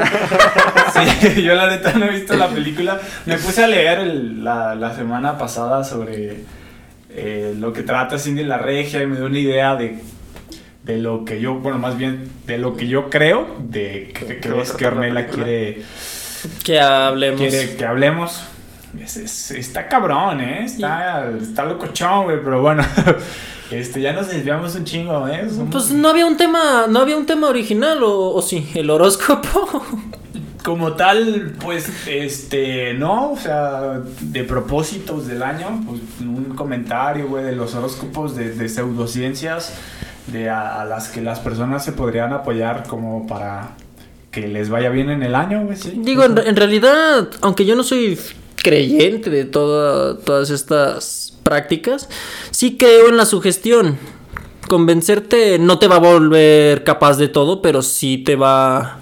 Sí, yo la neta no he visto la película. Me puse a leer la semana pasada sobre lo que trata Cindy la Regia y me dio una idea de lo que yo, más bien de lo que yo creo, de que ves que Ornella quiere Que hablemos. que hablemos. Está cabrón, está locochón, güey, pero bueno, ya nos desviamos un chingo, Pues no había un tema original o sí, el horóscopo. Como tal, pues, no, o sea, de propósitos del año, pues, un comentario, güey, de los horóscopos de pseudociencias, a las que las personas se podrían apoyar como para que les vaya bien en el año, güey, sí. Digo, en realidad, aunque yo no soy creyente de todas estas prácticas, sí creo en la sugestión. Convencerte no te va a volver capaz de todo, pero sí te va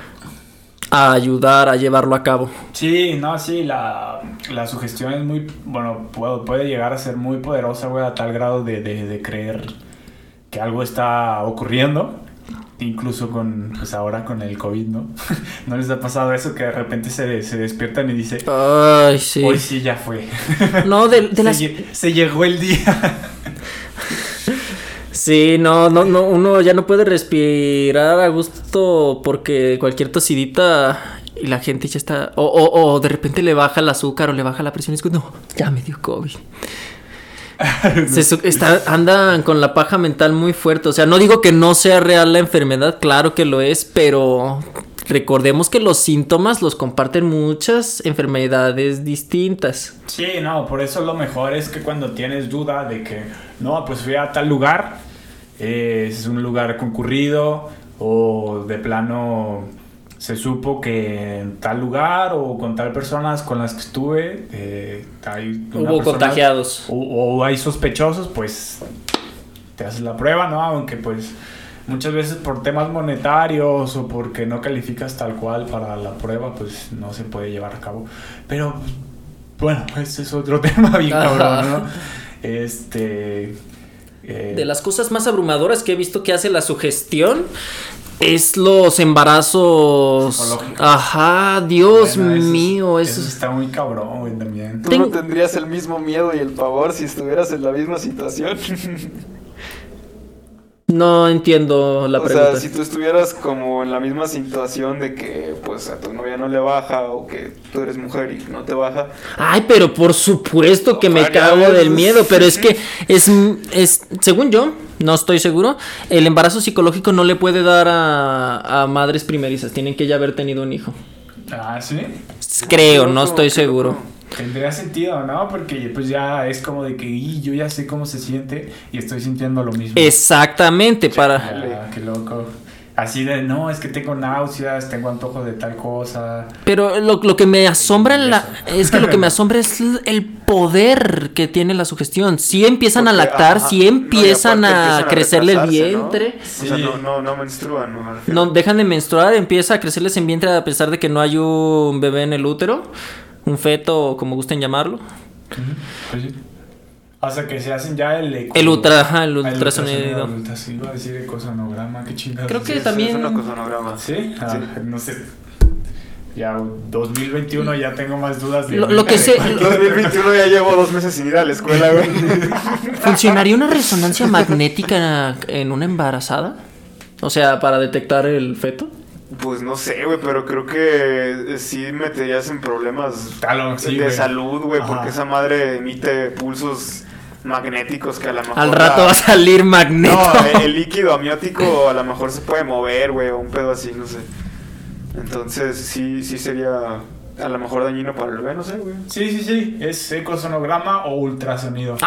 a ayudar a llevarlo a cabo. Sí, no, sí, la sugestión es muy, puede llegar a ser muy poderosa, güey, a tal grado de creer que algo está ocurriendo, incluso ahora con el COVID, ¿no? ¿No les ha pasado eso que de repente se despiertan y dicen, Ay, sí. hoy sí ya fue? No, Se llegó el día. Sí, no, uno ya no puede respirar a gusto porque cualquier tosidita y la gente ya está... O de repente le baja el azúcar o le baja la presión y es como, no, ya me dio COVID. Andan con la paja mental muy fuerte. O sea, no digo que no sea real la enfermedad, claro que lo es, pero recordemos que los síntomas los comparten muchas enfermedades distintas. Sí, no, por eso lo mejor es que cuando tienes duda de que, no, pues fui a tal lugar, es un lugar concurrido o de plano se supo que en tal lugar o con tal personas con las que estuve hay hubo contagiados o hay sospechosos, pues te haces la prueba, ¿no? Aunque pues muchas veces por temas monetarios o porque no calificas tal cual para la prueba, pues no se puede llevar a cabo. Pero bueno, ese es otro tema bien cabrón, ¿no? De las cosas más abrumadoras que he visto que hace la sugestión es los embarazos. Ajá, Dios mío. Eso está muy cabrón, güey, también. Tú no tendrías el mismo miedo y el pavor si estuvieras en la misma situación. No entiendo la pregunta. O sea, si tú estuvieras como en la misma situación de que pues a tu novia no le baja o que tú eres mujer y no te baja. Ay, pero por supuesto que me cago del miedo, pero es que es según yo, no estoy seguro, el embarazo psicológico no le puede dar a madres primerizas, tienen que ya haber tenido un hijo. Ah, ¿sí? Creo, no estoy seguro. Tendría sentido, ¿no? Porque pues ya es como de que yo ya sé cómo se siente y estoy sintiendo lo mismo. Exactamente, Qué loco. Así de, no, es que tengo náuseas, tengo antojo de tal cosa. Pero lo que me asombra es que lo que me asombra es el poder que tiene la sugestión. Si empiezan a lactar, si empiezan a crecerle el vientre. ¿no? Sí. O sea, no menstruan, ¿no? No dejan de menstruar, empieza a crecerles el vientre a pesar de que no hay un bebé en el útero. Un feto, o como gusten llamarlo. Pues sí. Hasta que se hacen ya el ultrasonido. Sí, iba a decir ecosonograma, qué chingada. Creo que también. Es un ecosonograma. ¿Sí? No sé. Ya 2021 ya tengo más dudas de... Lo que sé... 2021 ya llevo 2 meses sin ir a la escuela, güey. ¿Funcionaría una resonancia magnética en una embarazada? O sea, para detectar el feto. Pues no sé, güey, pero creo que sí meterías en problemas de salud, güey, porque esa madre emite pulsos magnéticos que a lo mejor... Al rato va a salir magneto. No, el líquido amniótico a lo mejor se puede mover, güey, o un pedo así, no sé. Entonces sí sería a lo mejor dañino para el bebé, no sé, güey. Sí, es ecosonograma o ultrasonido.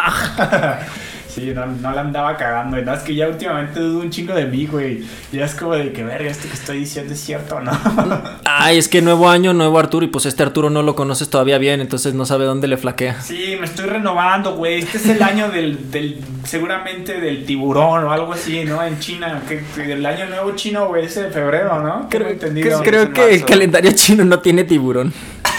Sí, no la andaba cagando. Y nada, es que ya últimamente dudo un chingo de mí, güey. Ya es como de que, verga, esto que estoy diciendo es cierto o no. Ay, es que nuevo año, nuevo Arturo. Y pues este Arturo no lo conoces todavía bien, entonces no sabe dónde le flaquea. Sí, me estoy renovando, güey. Este es el año seguramente del tiburón o algo así, ¿no? En China. El año nuevo chino, güey, es de febrero, ¿no? Creo que el calendario chino no tiene tiburón.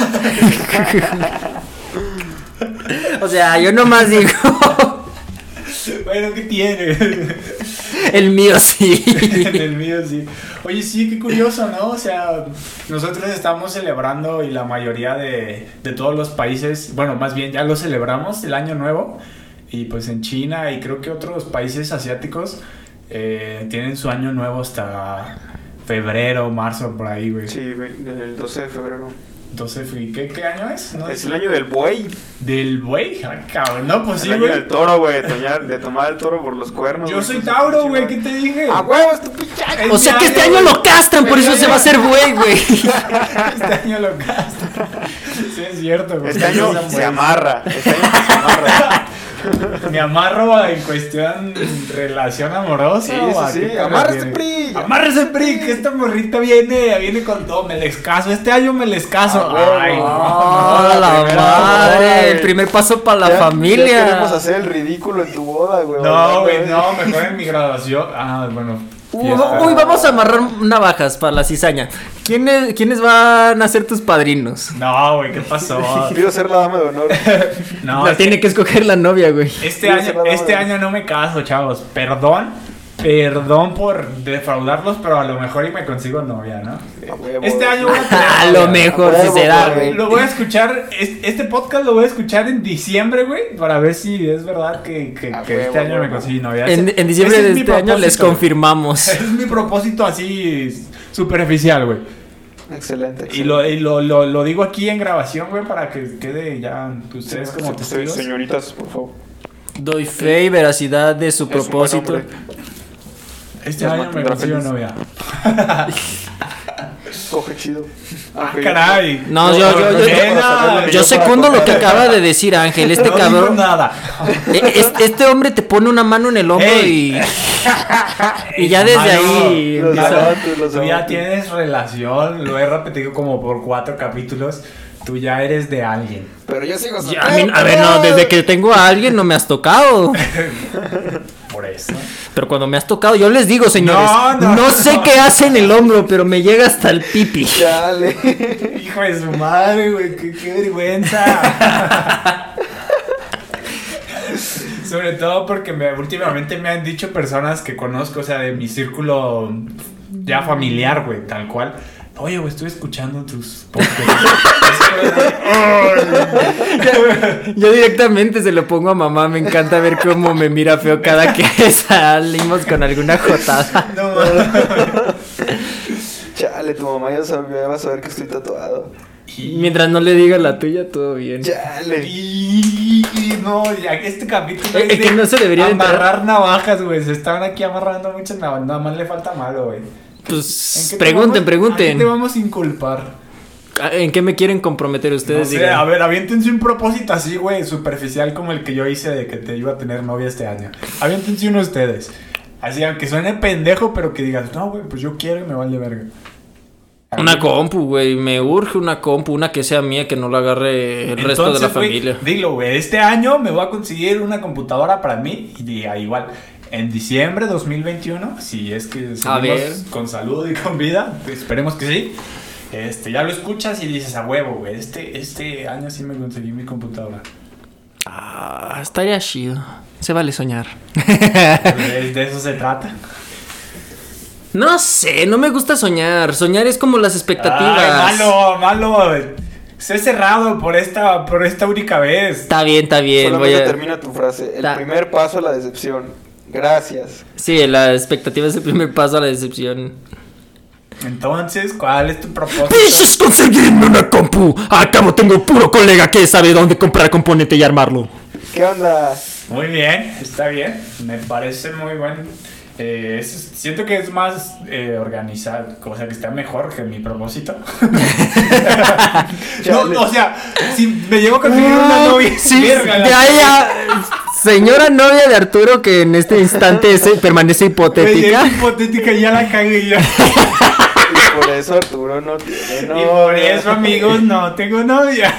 O sea, yo nomás digo... Bueno, ¿qué tiene? El mío sí. El mío sí. Oye, sí, qué curioso, ¿no? O sea, nosotros estamos celebrando y la mayoría de todos los países, bueno, más bien ya lo celebramos, el Año Nuevo. Y pues en China y creo que otros países asiáticos tienen su Año Nuevo hasta febrero, marzo, por ahí, güey. Sí, el 12 de febrero. 12, ¿qué año es? ¿No? Es el año del buey. ¿Del buey? Ay, cabrón, no, pues sí, güey. El año del toro, güey, de tomar el toro por los cuernos. Yo soy Tauro, güey, ¿qué te dije? ¡A huevos, tu pinche! O sea que este año lo castran, por eso se va a hacer buey, güey. Este año lo castran. Sí, es cierto, güey. Este año se amarra. ¿Me amarro en cuestión relación amorosa? Sí, amárrese, PRI. Amárrese, PRI, que esta morrita viene con todo, me les caso. Este año me les caso. Ay, no, la madre. El primer paso para la familia. Ya queremos hacer el ridículo en tu boda, güey. No, güey, no, mejor en mi graduación. Bueno. Uy, vamos a amarrar navajas para la cizaña. ¿Quiénes van a ser tus padrinos? No, güey, ¿qué pasó? Quiero ser la dama de honor. No, tiene que escoger la novia, güey. Este año no me caso, chavos. Perdón por defraudarlos, pero a lo mejor y me consigo novia, ¿no? Este año voy a tener novia. A lo mejor sí se da, güey. Lo voy a escuchar, este podcast lo voy a escuchar en diciembre, güey, para ver si es verdad que este año me consigo novia. En diciembre de este año les confirmamos. Es mi propósito así superficial, güey. Excelente. Y lo digo aquí en grabación, güey, para que quede ya ustedes como testigos. Señoritas, por favor. Doy fe y veracidad de su Es un buen propósito. hombre. Este Nos año me mantendrá consigo feliz. novia. Coge chido. Ah, Ok. caray. No, Nena, yo secundo lo que acaba de decir Ángel. Este no digo cabrón. nada. Este hombre te pone una mano en el hombro Ey. y ya desde Mano, ahí Los empieza- amantes, los Tú ya amantes. tienes relación, lo he repetido como por 4 capítulos. Tú ya eres de alguien. Pero yo sigo Ya, a ver, no, desde que tengo a alguien no me has tocado. Por eso. Pero cuando me has tocado, yo les digo, señores, No, no sé no. qué hace en el hombro, pero me llega hasta el pipi. Chale. Hijo de su madre, güey, qué vergüenza. Sobre todo porque últimamente me han dicho personas que conozco, o sea, de mi círculo ya familiar, güey, tal cual. Oye, güey, estoy escuchando tus podcasts. Yo directamente se lo pongo a mamá, me encanta ver cómo me mira feo cada que salimos con alguna jotada. No, Chale, tu mamá ya va a saber que estoy tatuado. Mientras no le diga la tuya, todo bien. Chale. y no, ya que este capítulo Es que no se debería de entrar. amarrar navajas, güey. Se estaban aquí amarrando muchas navajas. Nada más le falta malo, güey. Pues ¿En qué te pregunten, vamos- ¿A qué te pregunten. vamos a inculpar? ¿En qué me quieren comprometer No ustedes? sé, Digan. a ver, aviéntense un propósito así, güey, superficial como el que yo hice de que te iba a tener novia este año. Aviéntense uno ustedes. Así, aunque suene pendejo, pero que digas, no, güey, pues yo quiero y me vale verga. Una compu, güey. Me urge una compu, una que sea mía, que no la agarre el resto de la Entonces, güey, familia. Dilo, güey, este año me voy a conseguir una computadora para mí y igual. En diciembre de 2021, si es que seguimos ver. con salud y con vida, esperemos que sí. Ya lo escuchas y dices, a huevo, güey, este año sí me conseguí mi computadora. Ah, estaría chido. Se vale soñar. De eso se trata. No sé, no me gusta soñar. Soñar es como las expectativas. Ay, malo. Se ha cerrado por esta única vez. Está bien, está bien. Voy Solamente a... termina tu frase. El Ta- primer paso a la decepción. Gracias. Sí, la expectativa es el primer paso a la decepción. Entonces, ¿cuál es tu propósito? ¡Piches, conseguirme una compu! Al cabo tengo puro colega que sabe dónde comprar componente y armarlo. ¿Qué onda? Muy bien, está bien. Me parece muy bueno. Siento que es más organizado, o sea, que está mejor que mi propósito. No, o sea, si me llevo a conseguir una novia, Sí, verga, la- de ahí señora novia de Arturo que en este instante permanece Güey, hipotética. es hipotética, ya la cagué ya. Y por eso Arturo no tiene novia. Y por eso, amigos, no tengo novia.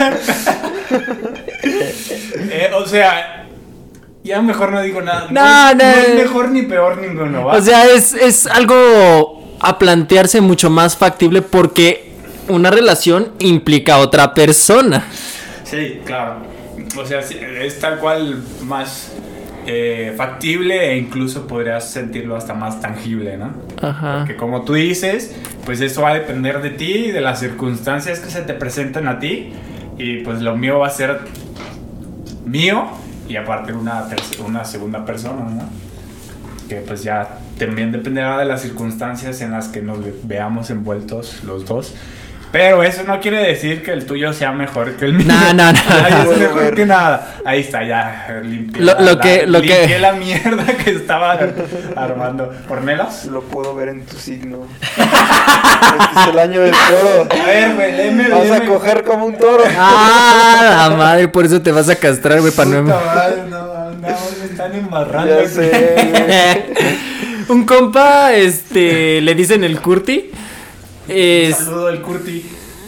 O sea, ya mejor no digo nada. No, no. es mejor ni peor ninguno, ¿va? O sea, es algo a plantearse mucho más factible porque una relación implica a otra persona. Sí, claro. O sea, sí, es tal cual más factible e incluso podrías sentirlo hasta más tangible, ¿no? Ajá. Que como tú dices, pues eso va a depender de ti, de las circunstancias que se te presentan a ti. Y pues lo mío va a ser mío y aparte una segunda persona, ¿no? Que pues ya también dependerá de las circunstancias en las que nos veamos envueltos los dos. Pero eso no quiere decir que el tuyo sea mejor que el mío. No, no, no. Nadie es Puedo mejor ver. que nada. Ahí está, ya limpié, Limpié la mierda que estaba armando. ¿Ornelas? Lo puedo ver en tu signo. Este es el año del toro. A ver, güey, léeme, Vas a léeme. coger como un toro. Ah, la madre, por eso te vas a castrar, güey, para no... Puta madre, no, me están embarrando. Ya sé, güey. Un compa, le dicen el Curti. Saludo al Curti.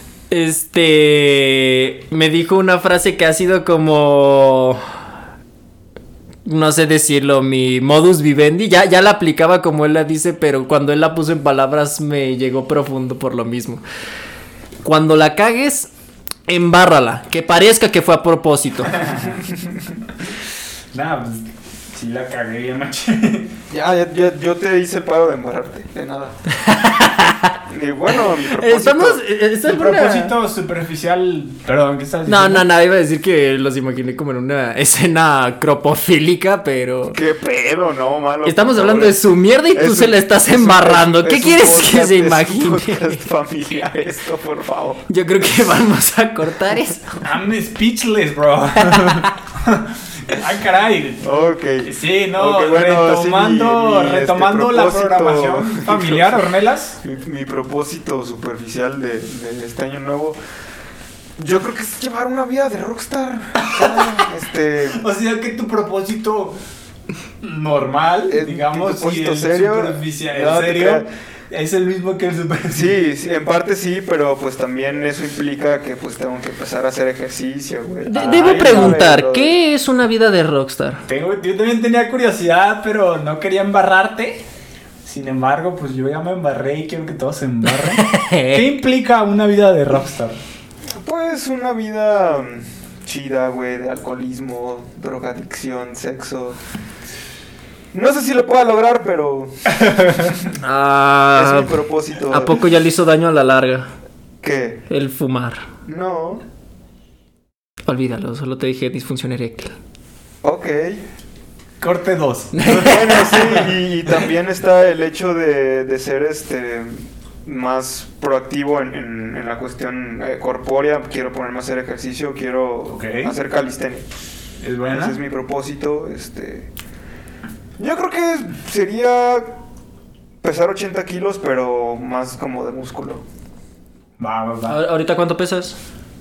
Me dijo una frase que ha sido como... No sé decirlo, mi modus vivendi. Ya la aplicaba como él la dice, pero cuando él la puso en palabras me llegó profundo por lo mismo. Cuando la cagues, embárrala, que parezca que fue a propósito. Nah, pues sí la cagué bien, machín. Ya, yo te hice el paro de embarrarte. De nada. Y bueno, mi propósito. Esta Tu fue una- propósito superficial. Perdón, ¿qué estás diciendo? No, iba a decir que los imaginé como en una escena cropofílica, pero... ¿Qué pedo? No, malo. Estamos por hablando favor. de su mierda y tú Es se un- la estás es un- embarrando. es ¿Qué un quieres que podcast, se es un imagine? podcast familiar esto, por favor. Yo creo que vamos a cortar eso. I'm speechless, bro. Ah, caray. Ok. Sí, no, Ok, bueno, retomando, sí, mi retomando la propósito- programación familiar, Ornelas. Mi propósito superficial de este año nuevo, yo creo que es llevar una vida de rockstar. O sea que tu propósito normal, digamos, ¿tu y propósito el serio? superficial, No, el te serio, creas. es el mismo que el superficial. Sí, en parte sí, pero pues también eso implica que pues tengo que empezar a hacer ejercicio, güey. Debo Ay, preguntar, no, ¿qué es una vida de rockstar? Yo también tenía curiosidad, pero no quería embarrarte. Sin embargo, pues yo ya me embarré y quiero que todos se embarren. ¿Qué implica una vida de rockstar? Pues una vida chida, güey, de alcoholismo, drogadicción, sexo. No sé si lo pueda lograr, pero es mi propósito. ¿A poco ya le hizo daño a la larga ¿Qué? el fumar? No. Olvídalo, solo te dije disfunción eréctil. Ok. Corte 2. Bueno, sí, y también está el hecho de ser más proactivo en la cuestión corpórea. Quiero ponerme a hacer ejercicio, quiero hacer calistenia. ¿Es buena? Ese es mi propósito. Yo creo que sería pesar 80 kilos, pero más como de músculo. Va. ¿Ahorita cuánto pesas?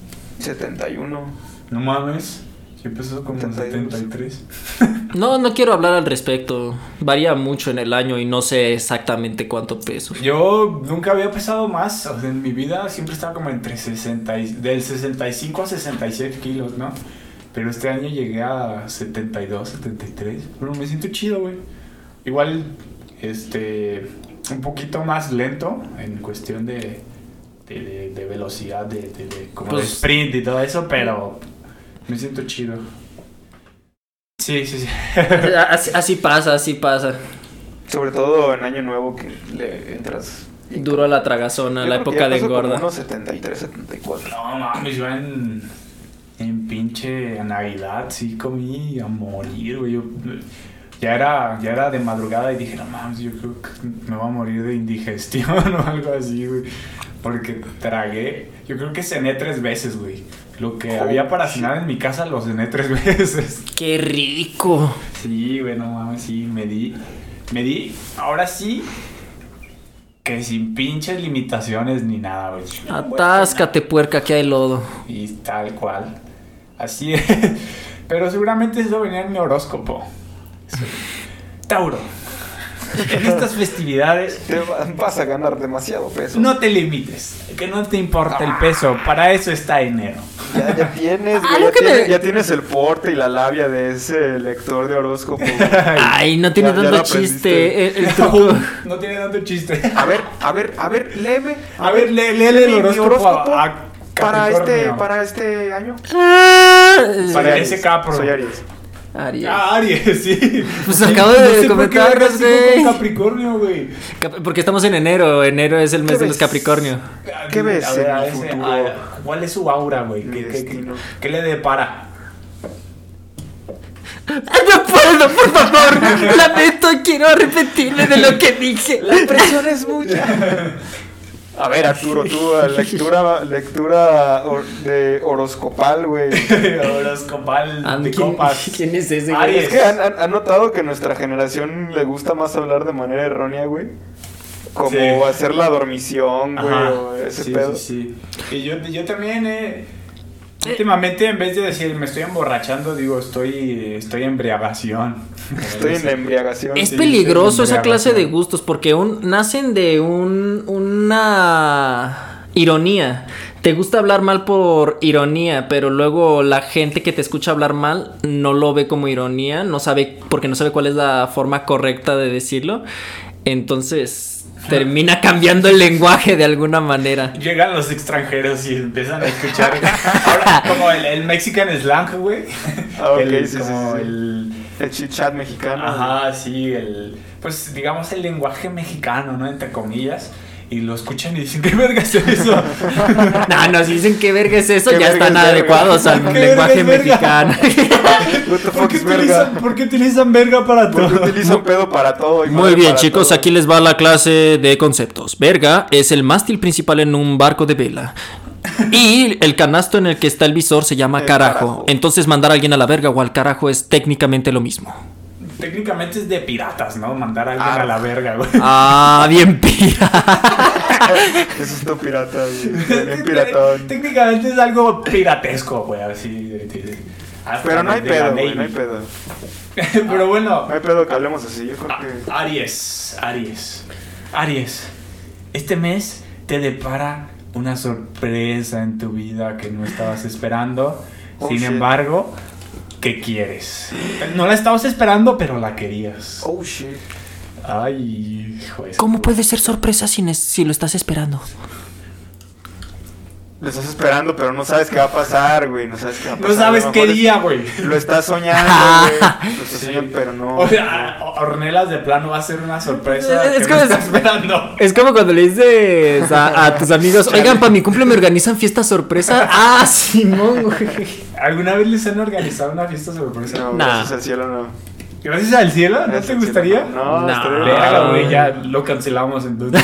71. No mames. Yo peso como 72. 73. No quiero hablar al respecto. Varía mucho en el año y no sé exactamente cuánto peso. Yo nunca había pesado más. O sea, en mi vida siempre estaba como entre del 65 a 67 kilos, ¿no? Pero este año llegué a 72, 73. Pero me siento chido, güey. Igual, un poquito más lento en cuestión de velocidad, como Pues, de sprint y todo eso, pero me siento chido. Sí. Así pasa. Sobre todo en Año Nuevo que le entras. Duro a la tragazona, la época de engorda. Unos 73, 74. No mames, yo en pinche Navidad sí comí a morir, güey. Ya era de madrugada y dije, no mames, yo creo que me voy a morir de indigestión o algo así, güey. Porque tragué, yo creo que cené 3 veces, güey. Lo que había para cenar en mi casa lo cené 3 veces. ¡Qué rico! Sí, güey, no mames, sí, me di, ahora sí, que sin pinches limitaciones ni nada, güey. Atáscate, puerca, que hay lodo. Y tal cual. Así es. Pero seguramente eso venía en mi horóscopo. Tauro. En estas festividades Te vas a ganar demasiado peso. no te limites. Que no te importa el peso. Para eso está enero. Ya tienes, güey, Algo que ya tienes el porte y la labia de ese lector de horóscopo. güey. Ay, no tiene Ya tanto lo aprendiste. chiste. El truco. No tiene tanto chiste. A ver, léeme. A ver, léele el mi horóscopo a Capricornio. para este año. Para ese Capro. Soy Aries. Aries. Ah, Aries, sí. Pues Sí, acabo de no sé por qué comentarnos, vergas sigo güey. con Capricornio, güey. Porque estamos en enero. Enero es el mes de los ves? Capricornio. ¿Qué ves A ver, en a el ese- futuro? ¿Cuál es su aura, güey? Mi destino. ¿Qué le depara? No puedo, por favor. Lamento, quiero arrepentirme de lo que dije. La presión es mucha. A ver, Arturo, tú, lectura de horoscopal, güey. Horoscopal de copas. ¿Quién es ese, güey? Aries. Es que han notado que a nuestra generación le gusta más hablar de manera errónea, güey. Como Sí. hacer la dormición, güey, Ajá. o ese Sí, pedo. sí. Y yo también, últimamente, en vez de decir me estoy emborrachando, digo estoy en embriagación. Estoy en la embriagación. Es Sí, peligroso sí, esa clase de embriagación. gustos porque nacen de una ironía. Te gusta hablar mal por ironía, pero luego la gente que te escucha hablar mal no lo ve como ironía, porque no sabe cuál es la forma correcta de decirlo. Entonces termina cambiando el lenguaje de alguna manera. Llegan los extranjeros y empiezan a escuchar. Ahora, como el Mexican slang, güey. Ah, ok, sí, como sí. el. El chit chat mexicano. Ajá, sí, pues digamos el lenguaje mexicano, ¿no? Entre comillas. Y lo escuchan y dicen, ¿qué verga es eso? No, si dicen que verga es eso, ¿Qué ya verga están es verga? adecuados al ¿Qué lenguaje verga es verga? mexicano. What the ¿Por fuck qué, is verga? ¿Por qué utilizan verga para Porque todo? utilizan pedo para todo. y Muy madre bien, para chicos, todo. aquí les va la clase de conceptos. Verga es el mástil principal en un barco de vela. Y el canasto en el que está el visor se llama carajo. Entonces mandar a alguien a la verga o al carajo es técnicamente lo mismo. Técnicamente es de piratas, ¿no? Mandar a alguien a la verga, güey. Ah, bien pirata. Eso es tu pirata, güey. Bien piratón. Técnicamente es algo piratesco, güey, así. Pero no hay pedo, güey, no hay pedo. Pero bueno. No hay pedo que hablemos así, yo creo que... Aries, este mes te depara una sorpresa en tu vida que no estabas esperando. Sin embargo, ¿qué quieres? No la estabas esperando, pero la querías. Oh, shit. Ay, hijo. ¿Cómo puede ser sorpresa si lo estás esperando? Lo estás esperando, pero no sabes qué va a pasar, güey. No sabes qué va a pasar. No sabes qué día, güey. Lo estás soñando, güey. Lo estás soñando, pero no. O sea, Ornelas de plano va a ser una sorpresa Es que como no estás esperando. Es como cuando le dices a tus amigos, oigan, para mi cumple me organizan fiesta sorpresa. Ah, Simón, güey. ¿Alguna vez les han organizado una fiesta sorpresa? No, Nah. gracias al cielo no. ¿Gracias al cielo? ¿No Gracias te al gustaría? cielo, no. No, estaría bien. Verga, güey, ya lo cancelamos entonces.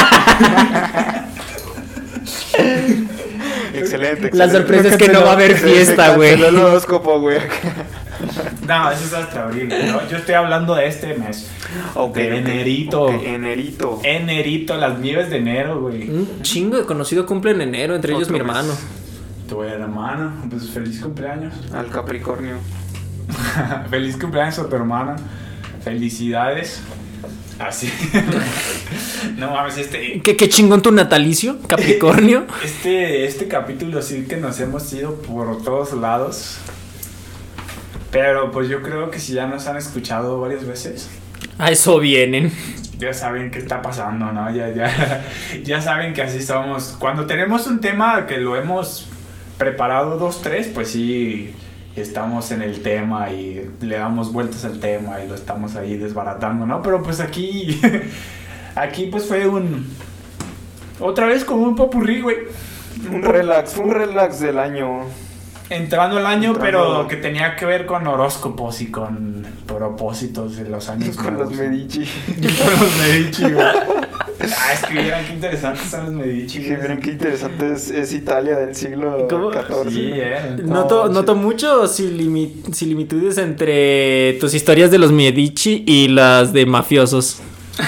Excelente. La sorpresa es que no va a haber fiesta, güey. Se el horóscopo, güey. No, eso es hasta abril, ¿no? Yo estoy hablando de este mes. De enerito. Enerito. Enerito, las nieves de enero, güey. Un chingo de conocido cumple en enero, entre ellos Otro mi mes. hermano. Tu hermano, pues feliz cumpleaños. Al Capricornio. Feliz cumpleaños a tu hermana. Felicidades. Así. No mames, ¿Qué chingón tu natalicio, Capricornio? Este capítulo sí que nos hemos ido por todos lados. Pero pues yo creo que si ya nos han escuchado varias veces, A eso vienen. ya saben qué está pasando, ¿no? Ya saben que así somos. Cuando tenemos un tema que lo hemos preparado 2, 3, pues sí, estamos en el tema y le damos vueltas al tema y lo estamos ahí desbaratando, ¿no? Pero pues aquí pues fue otra vez como un popurrí, güey. Un relax del año. Entrando el año, Entrando. pero que tenía que ver con horóscopos y con propósitos de los años Con los nuevos. Medici. Con los Medici, güey. Es que vieran qué interesantes son los Medici. Que miren qué interesante es Italia del siglo ¿Cómo? XIV. Sí, Noto mucho similitudes entre tus historias de los Medici y las de mafiosos.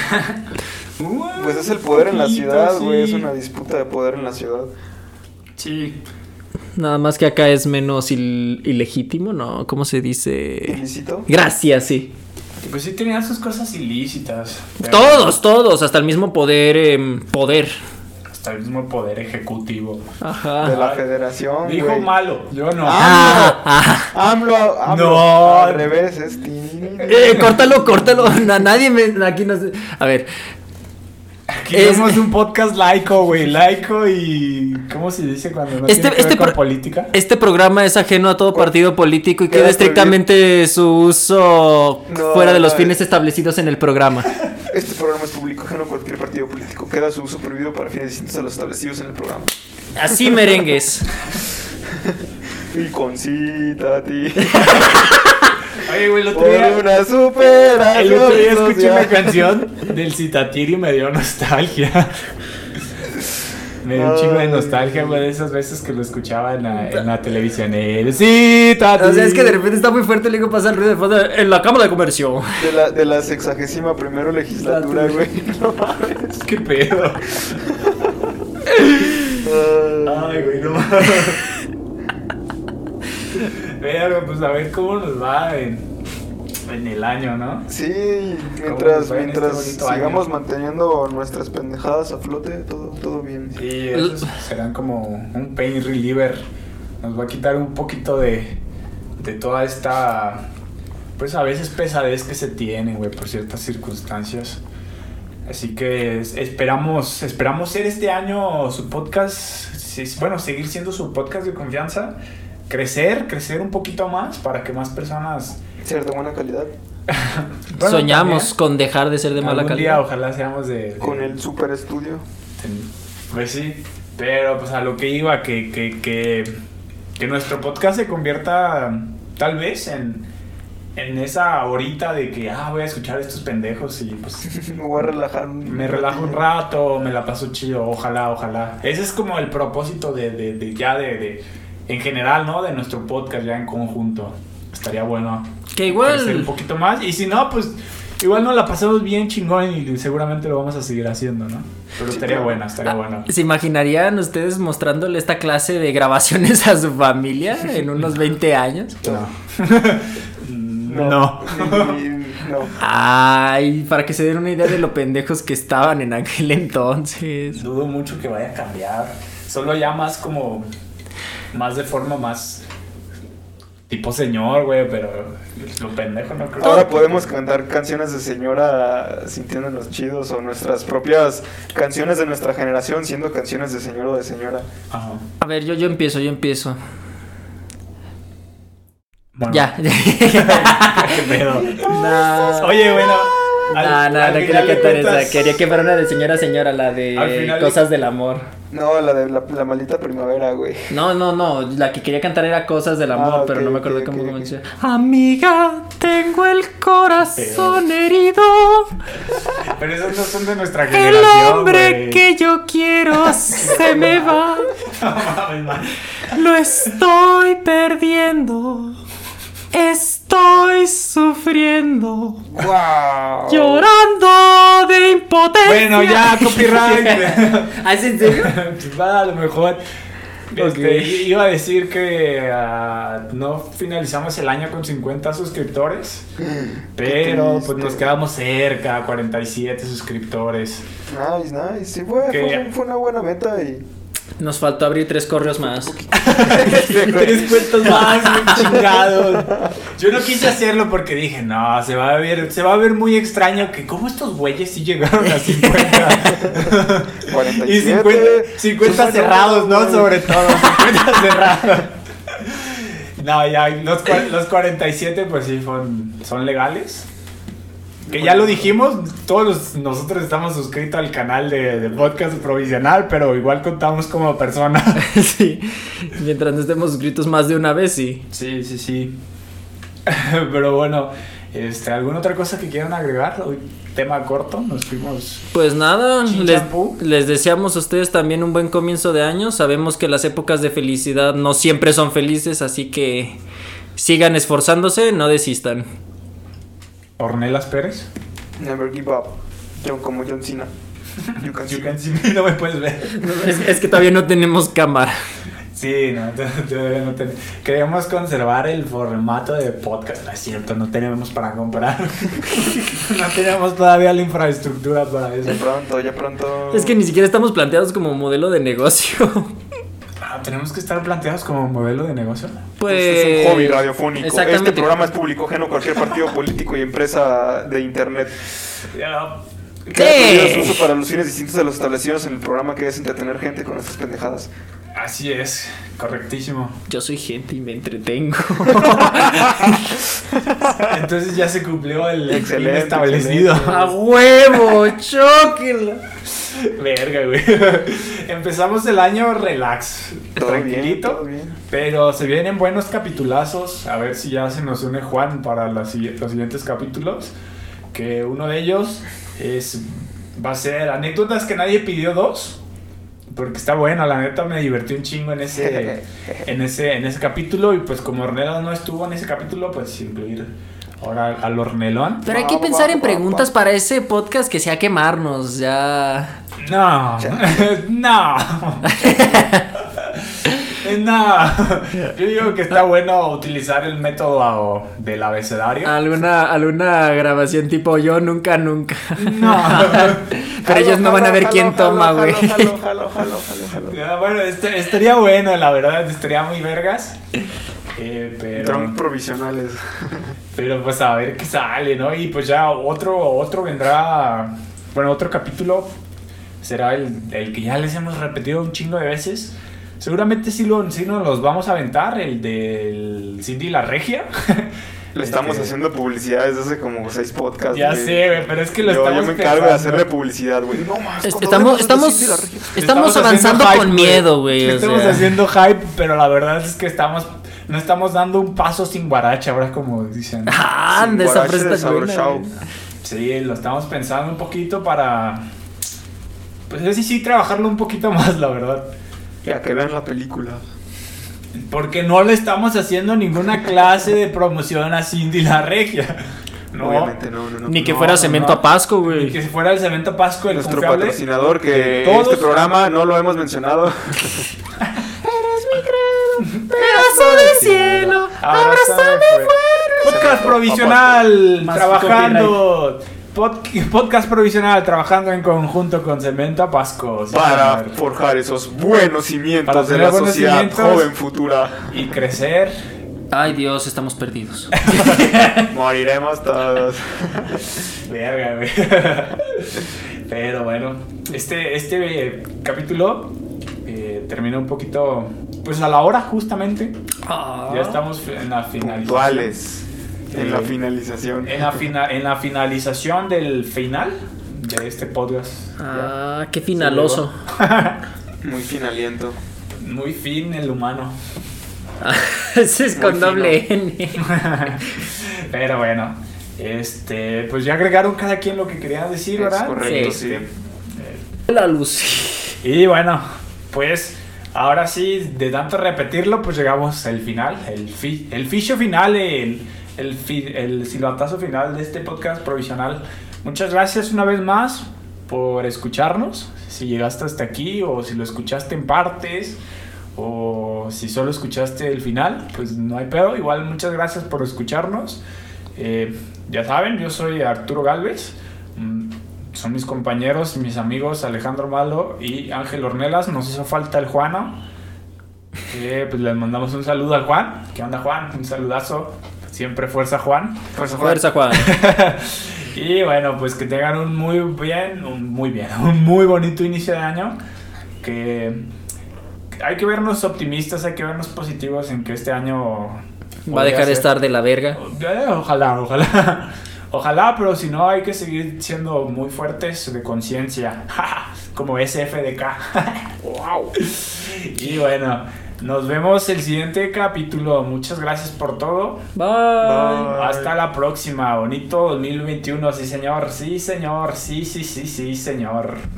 Pues es el poder en la Poquito, ciudad, güey. sí. Es una disputa de poder en la ciudad. Sí. Nada más que acá es menos ilegítimo, ¿no? ¿Cómo se dice? ¿Ilícito? Gracias, sí. Pues sí tenían sus cosas ilícitas. pero Todos, hasta el mismo poder. Hasta el mismo poder ejecutivo. De Ajá. la federación, Dijo güey. malo, yo no. AMLO, No. al revés, es Córtalo. Nadie aquí no sé. A ver. Aquí somos un podcast laico, güey. Laico y... ¿Cómo se dice cuando no tiene que ver con política? Este programa es ajeno a todo partido político y Queda queda estrictamente su uso fuera de los fines establecidos en el programa. Este programa es público, ajeno a cualquier partido político. Queda su uso prohibido para fines distintos a los establecidos en el programa. Así merengues. Y concita a ti. Oye, güey, el otro Por día... una superación. El otro día escuché social. una canción del Citatiri y me dio nostalgia. Me dio un chingo de nostalgia, güey, de esas veces que lo escuchaba en la televisión. El Citatiri. O sea, es que de repente está muy fuerte y luego pasa el ruido de fondo en la Cámara de Comercio. De la 61ª legislatura, güey. No mames. ¿Qué pedo? Ay, güey, no mames. Pero, pues a ver cómo nos va en el año, ¿no? Sí, ¿Cómo mientras nos va en este bonito sigamos año? manteniendo nuestras pendejadas a flote, todo bien. Sí, esos serán como un pain reliever. Nos va a quitar un poquito de toda esta, pues a veces pesadez que se tiene, güey, por ciertas circunstancias. Así que esperamos ser este año su podcast, bueno, seguir siendo su podcast de confianza, crecer un poquito más para que más personas... Ser de buena calidad. Bueno, Soñamos también, con dejar de ser de mala algún calidad. día ojalá seamos de Con el super estudio. Pues sí, pero pues a lo que iba, que nuestro podcast se convierta tal vez en esa horita de que, voy a escuchar a estos pendejos y pues Me voy a relajar. me relajo un rato, me la paso chido, ojalá. Ese es como el propósito de en general, ¿no? De nuestro podcast ya en conjunto. Estaría bueno Que igual crecer un poquito más. Y si no, pues igual nos la pasamos bien chingón y seguramente lo vamos a seguir haciendo, ¿no? Pero estaría bueno. ¿Se imaginarían ustedes mostrándole esta clase de grabaciones a su familia en unos 20 años? No. No. Ay, para que se den una idea de lo pendejos que estaban en aquel entonces. Dudo mucho que vaya a cambiar. Solo ya más como... Más de forma más... Tipo señor, güey, pero lo pendejo no creo. Ahora podemos cantar canciones de señora sintiéndonos chidos, o nuestras propias canciones de nuestra generación siendo canciones de señor o de señora. Ajá. A ver, yo empiezo. Bueno. Ya. ¿Qué pedo? No. Oye, bueno. No quería cantar esa. Quería que fuera una de señora, la Al de final Cosas del Amor. No, la de la maldita primavera, güey. No, la que quería cantar era Cosas del Amor, pero ok, no me acuerdo ok, cómo ok. comenzó. Amiga, tengo el corazón herido. Pero esos no son de nuestra El generación, hombre güey. que yo quiero se me va. No mames, man. Lo estoy perdiendo. Estoy sufriendo. ¡Wow! Llorando de impotencia. Bueno, ya, copyright. ¿Ah, es en serio? Pues va, a lo mejor. Iba a decir que no finalizamos el año con 50 suscriptores, pero pues nos quedamos cerca, 47 suscriptores. Nice. Sí, fue una buena meta y... Nos faltó abrir 3 correos más. 3 cuentos más, muy chingados. Yo no quise hacerlo porque dije, no, se va a ver muy extraño que como estos güeyes sí llegaron a 50. 47. Y 50 cerrados, ¿no? güey. Sobre todo, 50 cerrados. No, ya, los 47 pues sí son legales. Que ya lo dijimos, nosotros estamos suscritos al canal de podcast provisional, pero igual contamos como persona. Sí. Mientras no estemos suscritos más de una vez, sí. Sí. Pero bueno, ¿alguna otra cosa que quieran agregar? Hoy tema corto, nos fuimos. Pues nada, Chinchampú. les deseamos a ustedes también un buen comienzo de año. Sabemos que las épocas de felicidad no siempre son felices, así que sigan esforzándose, no desistan. Ornelas Pérez. Never give up. Como John Cena. You can see me. No me puedes ver. Es que todavía no tenemos cámara. Sí, no, todavía no tenemos. Queremos conservar el formato de podcast. No es cierto, no tenemos para comprar. No tenemos todavía la infraestructura para eso. Ya pronto. Es que ni siquiera estamos planteados como modelo de negocio. ¿Tenemos que estar planteados como modelo de negocio? Pues Este es un hobby radiofónico. exactamente. Este programa es público ajeno a cualquier partido político y empresa de internet. Ya. Queda prohibido su uso para los fines distintos de los establecidos en el programa que es entretener gente con estas pendejadas. Así es, correctísimo. Yo soy gente y me entretengo. Entonces ya se cumplió el fin Excelente, establecido. excelente. ¡A huevo! ¡Chóquenla! Verga, güey. Empezamos el año relax, tranquilito. Todo bien. Pero se vienen buenos capitulazos. A ver si ya se nos une Juan para los siguientes capítulos. Que uno de ellos va a ser anécdotas que nadie pidió 2. Porque está bueno, la neta me divertí un chingo en ese capítulo. Y pues como Ornelas no estuvo en ese capítulo, pues incluir ahora al Ornelón. Pero hay que pensar en preguntas para ese podcast que sea quemarnos, ya. No, no. No, yo digo que está bueno utilizar el método del abecedario. ¿Alguna grabación tipo yo nunca? No. Pero ellos no van a ver quién toma, güey. Jalo. Bueno, estaría bueno, la verdad, estaría muy vergas. Pero Provisionales. Pero pues a ver qué sale, ¿no? Y pues ya otro vendrá. Bueno, otro capítulo será el que ya les hemos repetido un chingo de veces. Seguramente sí nos los vamos a aventar, el del Cindy la Regia. Le estamos haciendo publicidad desde hace como 6 podcasts. Ya güey. sé, güey, pero es que lo yo estamos me encargo de pensando. hacerle publicidad, güey. No más. Estamos avanzando Estamos con haciendo miedo, hype, güey. Estamos haciendo hype, pero la verdad es que no estamos dando un paso sin guaracha, ahora como dicen. Anda, esa frase está buena, güey. Sí, lo estamos pensando un poquito para... Pues sí, trabajarlo un poquito más, la verdad. Ya que vean la película. Porque no le estamos haciendo ninguna clase de promoción a Cindy la Regia. No. Obviamente no. Ni que fuera cemento a Pasco, güey. Ni que fuera el cemento a Pasco, el nuestro confiable. patrocinador, que Todos... este programa no lo hemos mencionado. Eres mi credo, pedazo de cielo, abrázame fuerte. Podcast provisional, Más trabajando. Podcast provisional, trabajando en conjunto con Cemento a Pasco. Para forjar esos buenos cimientos Para de tener la buenos sociedad cimientos. joven futura. Y crecer. Ay, Dios, estamos perdidos. Moriremos todos. Verga, güey. Pero bueno, este capítulo terminó un poquito, pues a la hora justamente. Ya estamos en la finalización. Puntuales. En la finalización. En la finalización del final de este podcast. Ah, qué finaloso. Muy finaliento. Muy fin el humano. Ese es con Muy doble N. Pero bueno, pues ya agregaron cada quien lo que quería decir, ¿verdad? Es correcto, Sí. sí. La luz. Y bueno, pues ahora sí, de tanto repetirlo, pues llegamos al final, el ficho final, el silbatazo final de este podcast provisional. Muchas gracias una vez más por escucharnos. Si llegaste hasta aquí o si lo escuchaste en partes o si solo escuchaste el final, pues no hay pedo. Igual muchas gracias por escucharnos. Ya saben, yo soy Arturo Galvez. Son mis compañeros, mis amigos Alejandro Malo y Ángel Ornelas. Nos hizo falta el Juano. Pues les mandamos un saludo al Juan. ¿Qué onda, Juan? Un saludazo. Siempre fuerza, Juan. Fuerza, Juan. Y bueno, pues que tengan un muy bonito inicio de año. Que hay que vernos optimistas, hay que vernos positivos en que este año Va a dejar de estar de la verga. Ojalá. Ojalá, pero si no, hay que seguir siendo muy fuertes de conciencia. Como SFDK. Wow. Y bueno, nos vemos el siguiente capítulo. Muchas gracias por todo. Bye. Hasta la próxima. Bonito 2021. Sí, señor. Sí, señor. Sí, señor.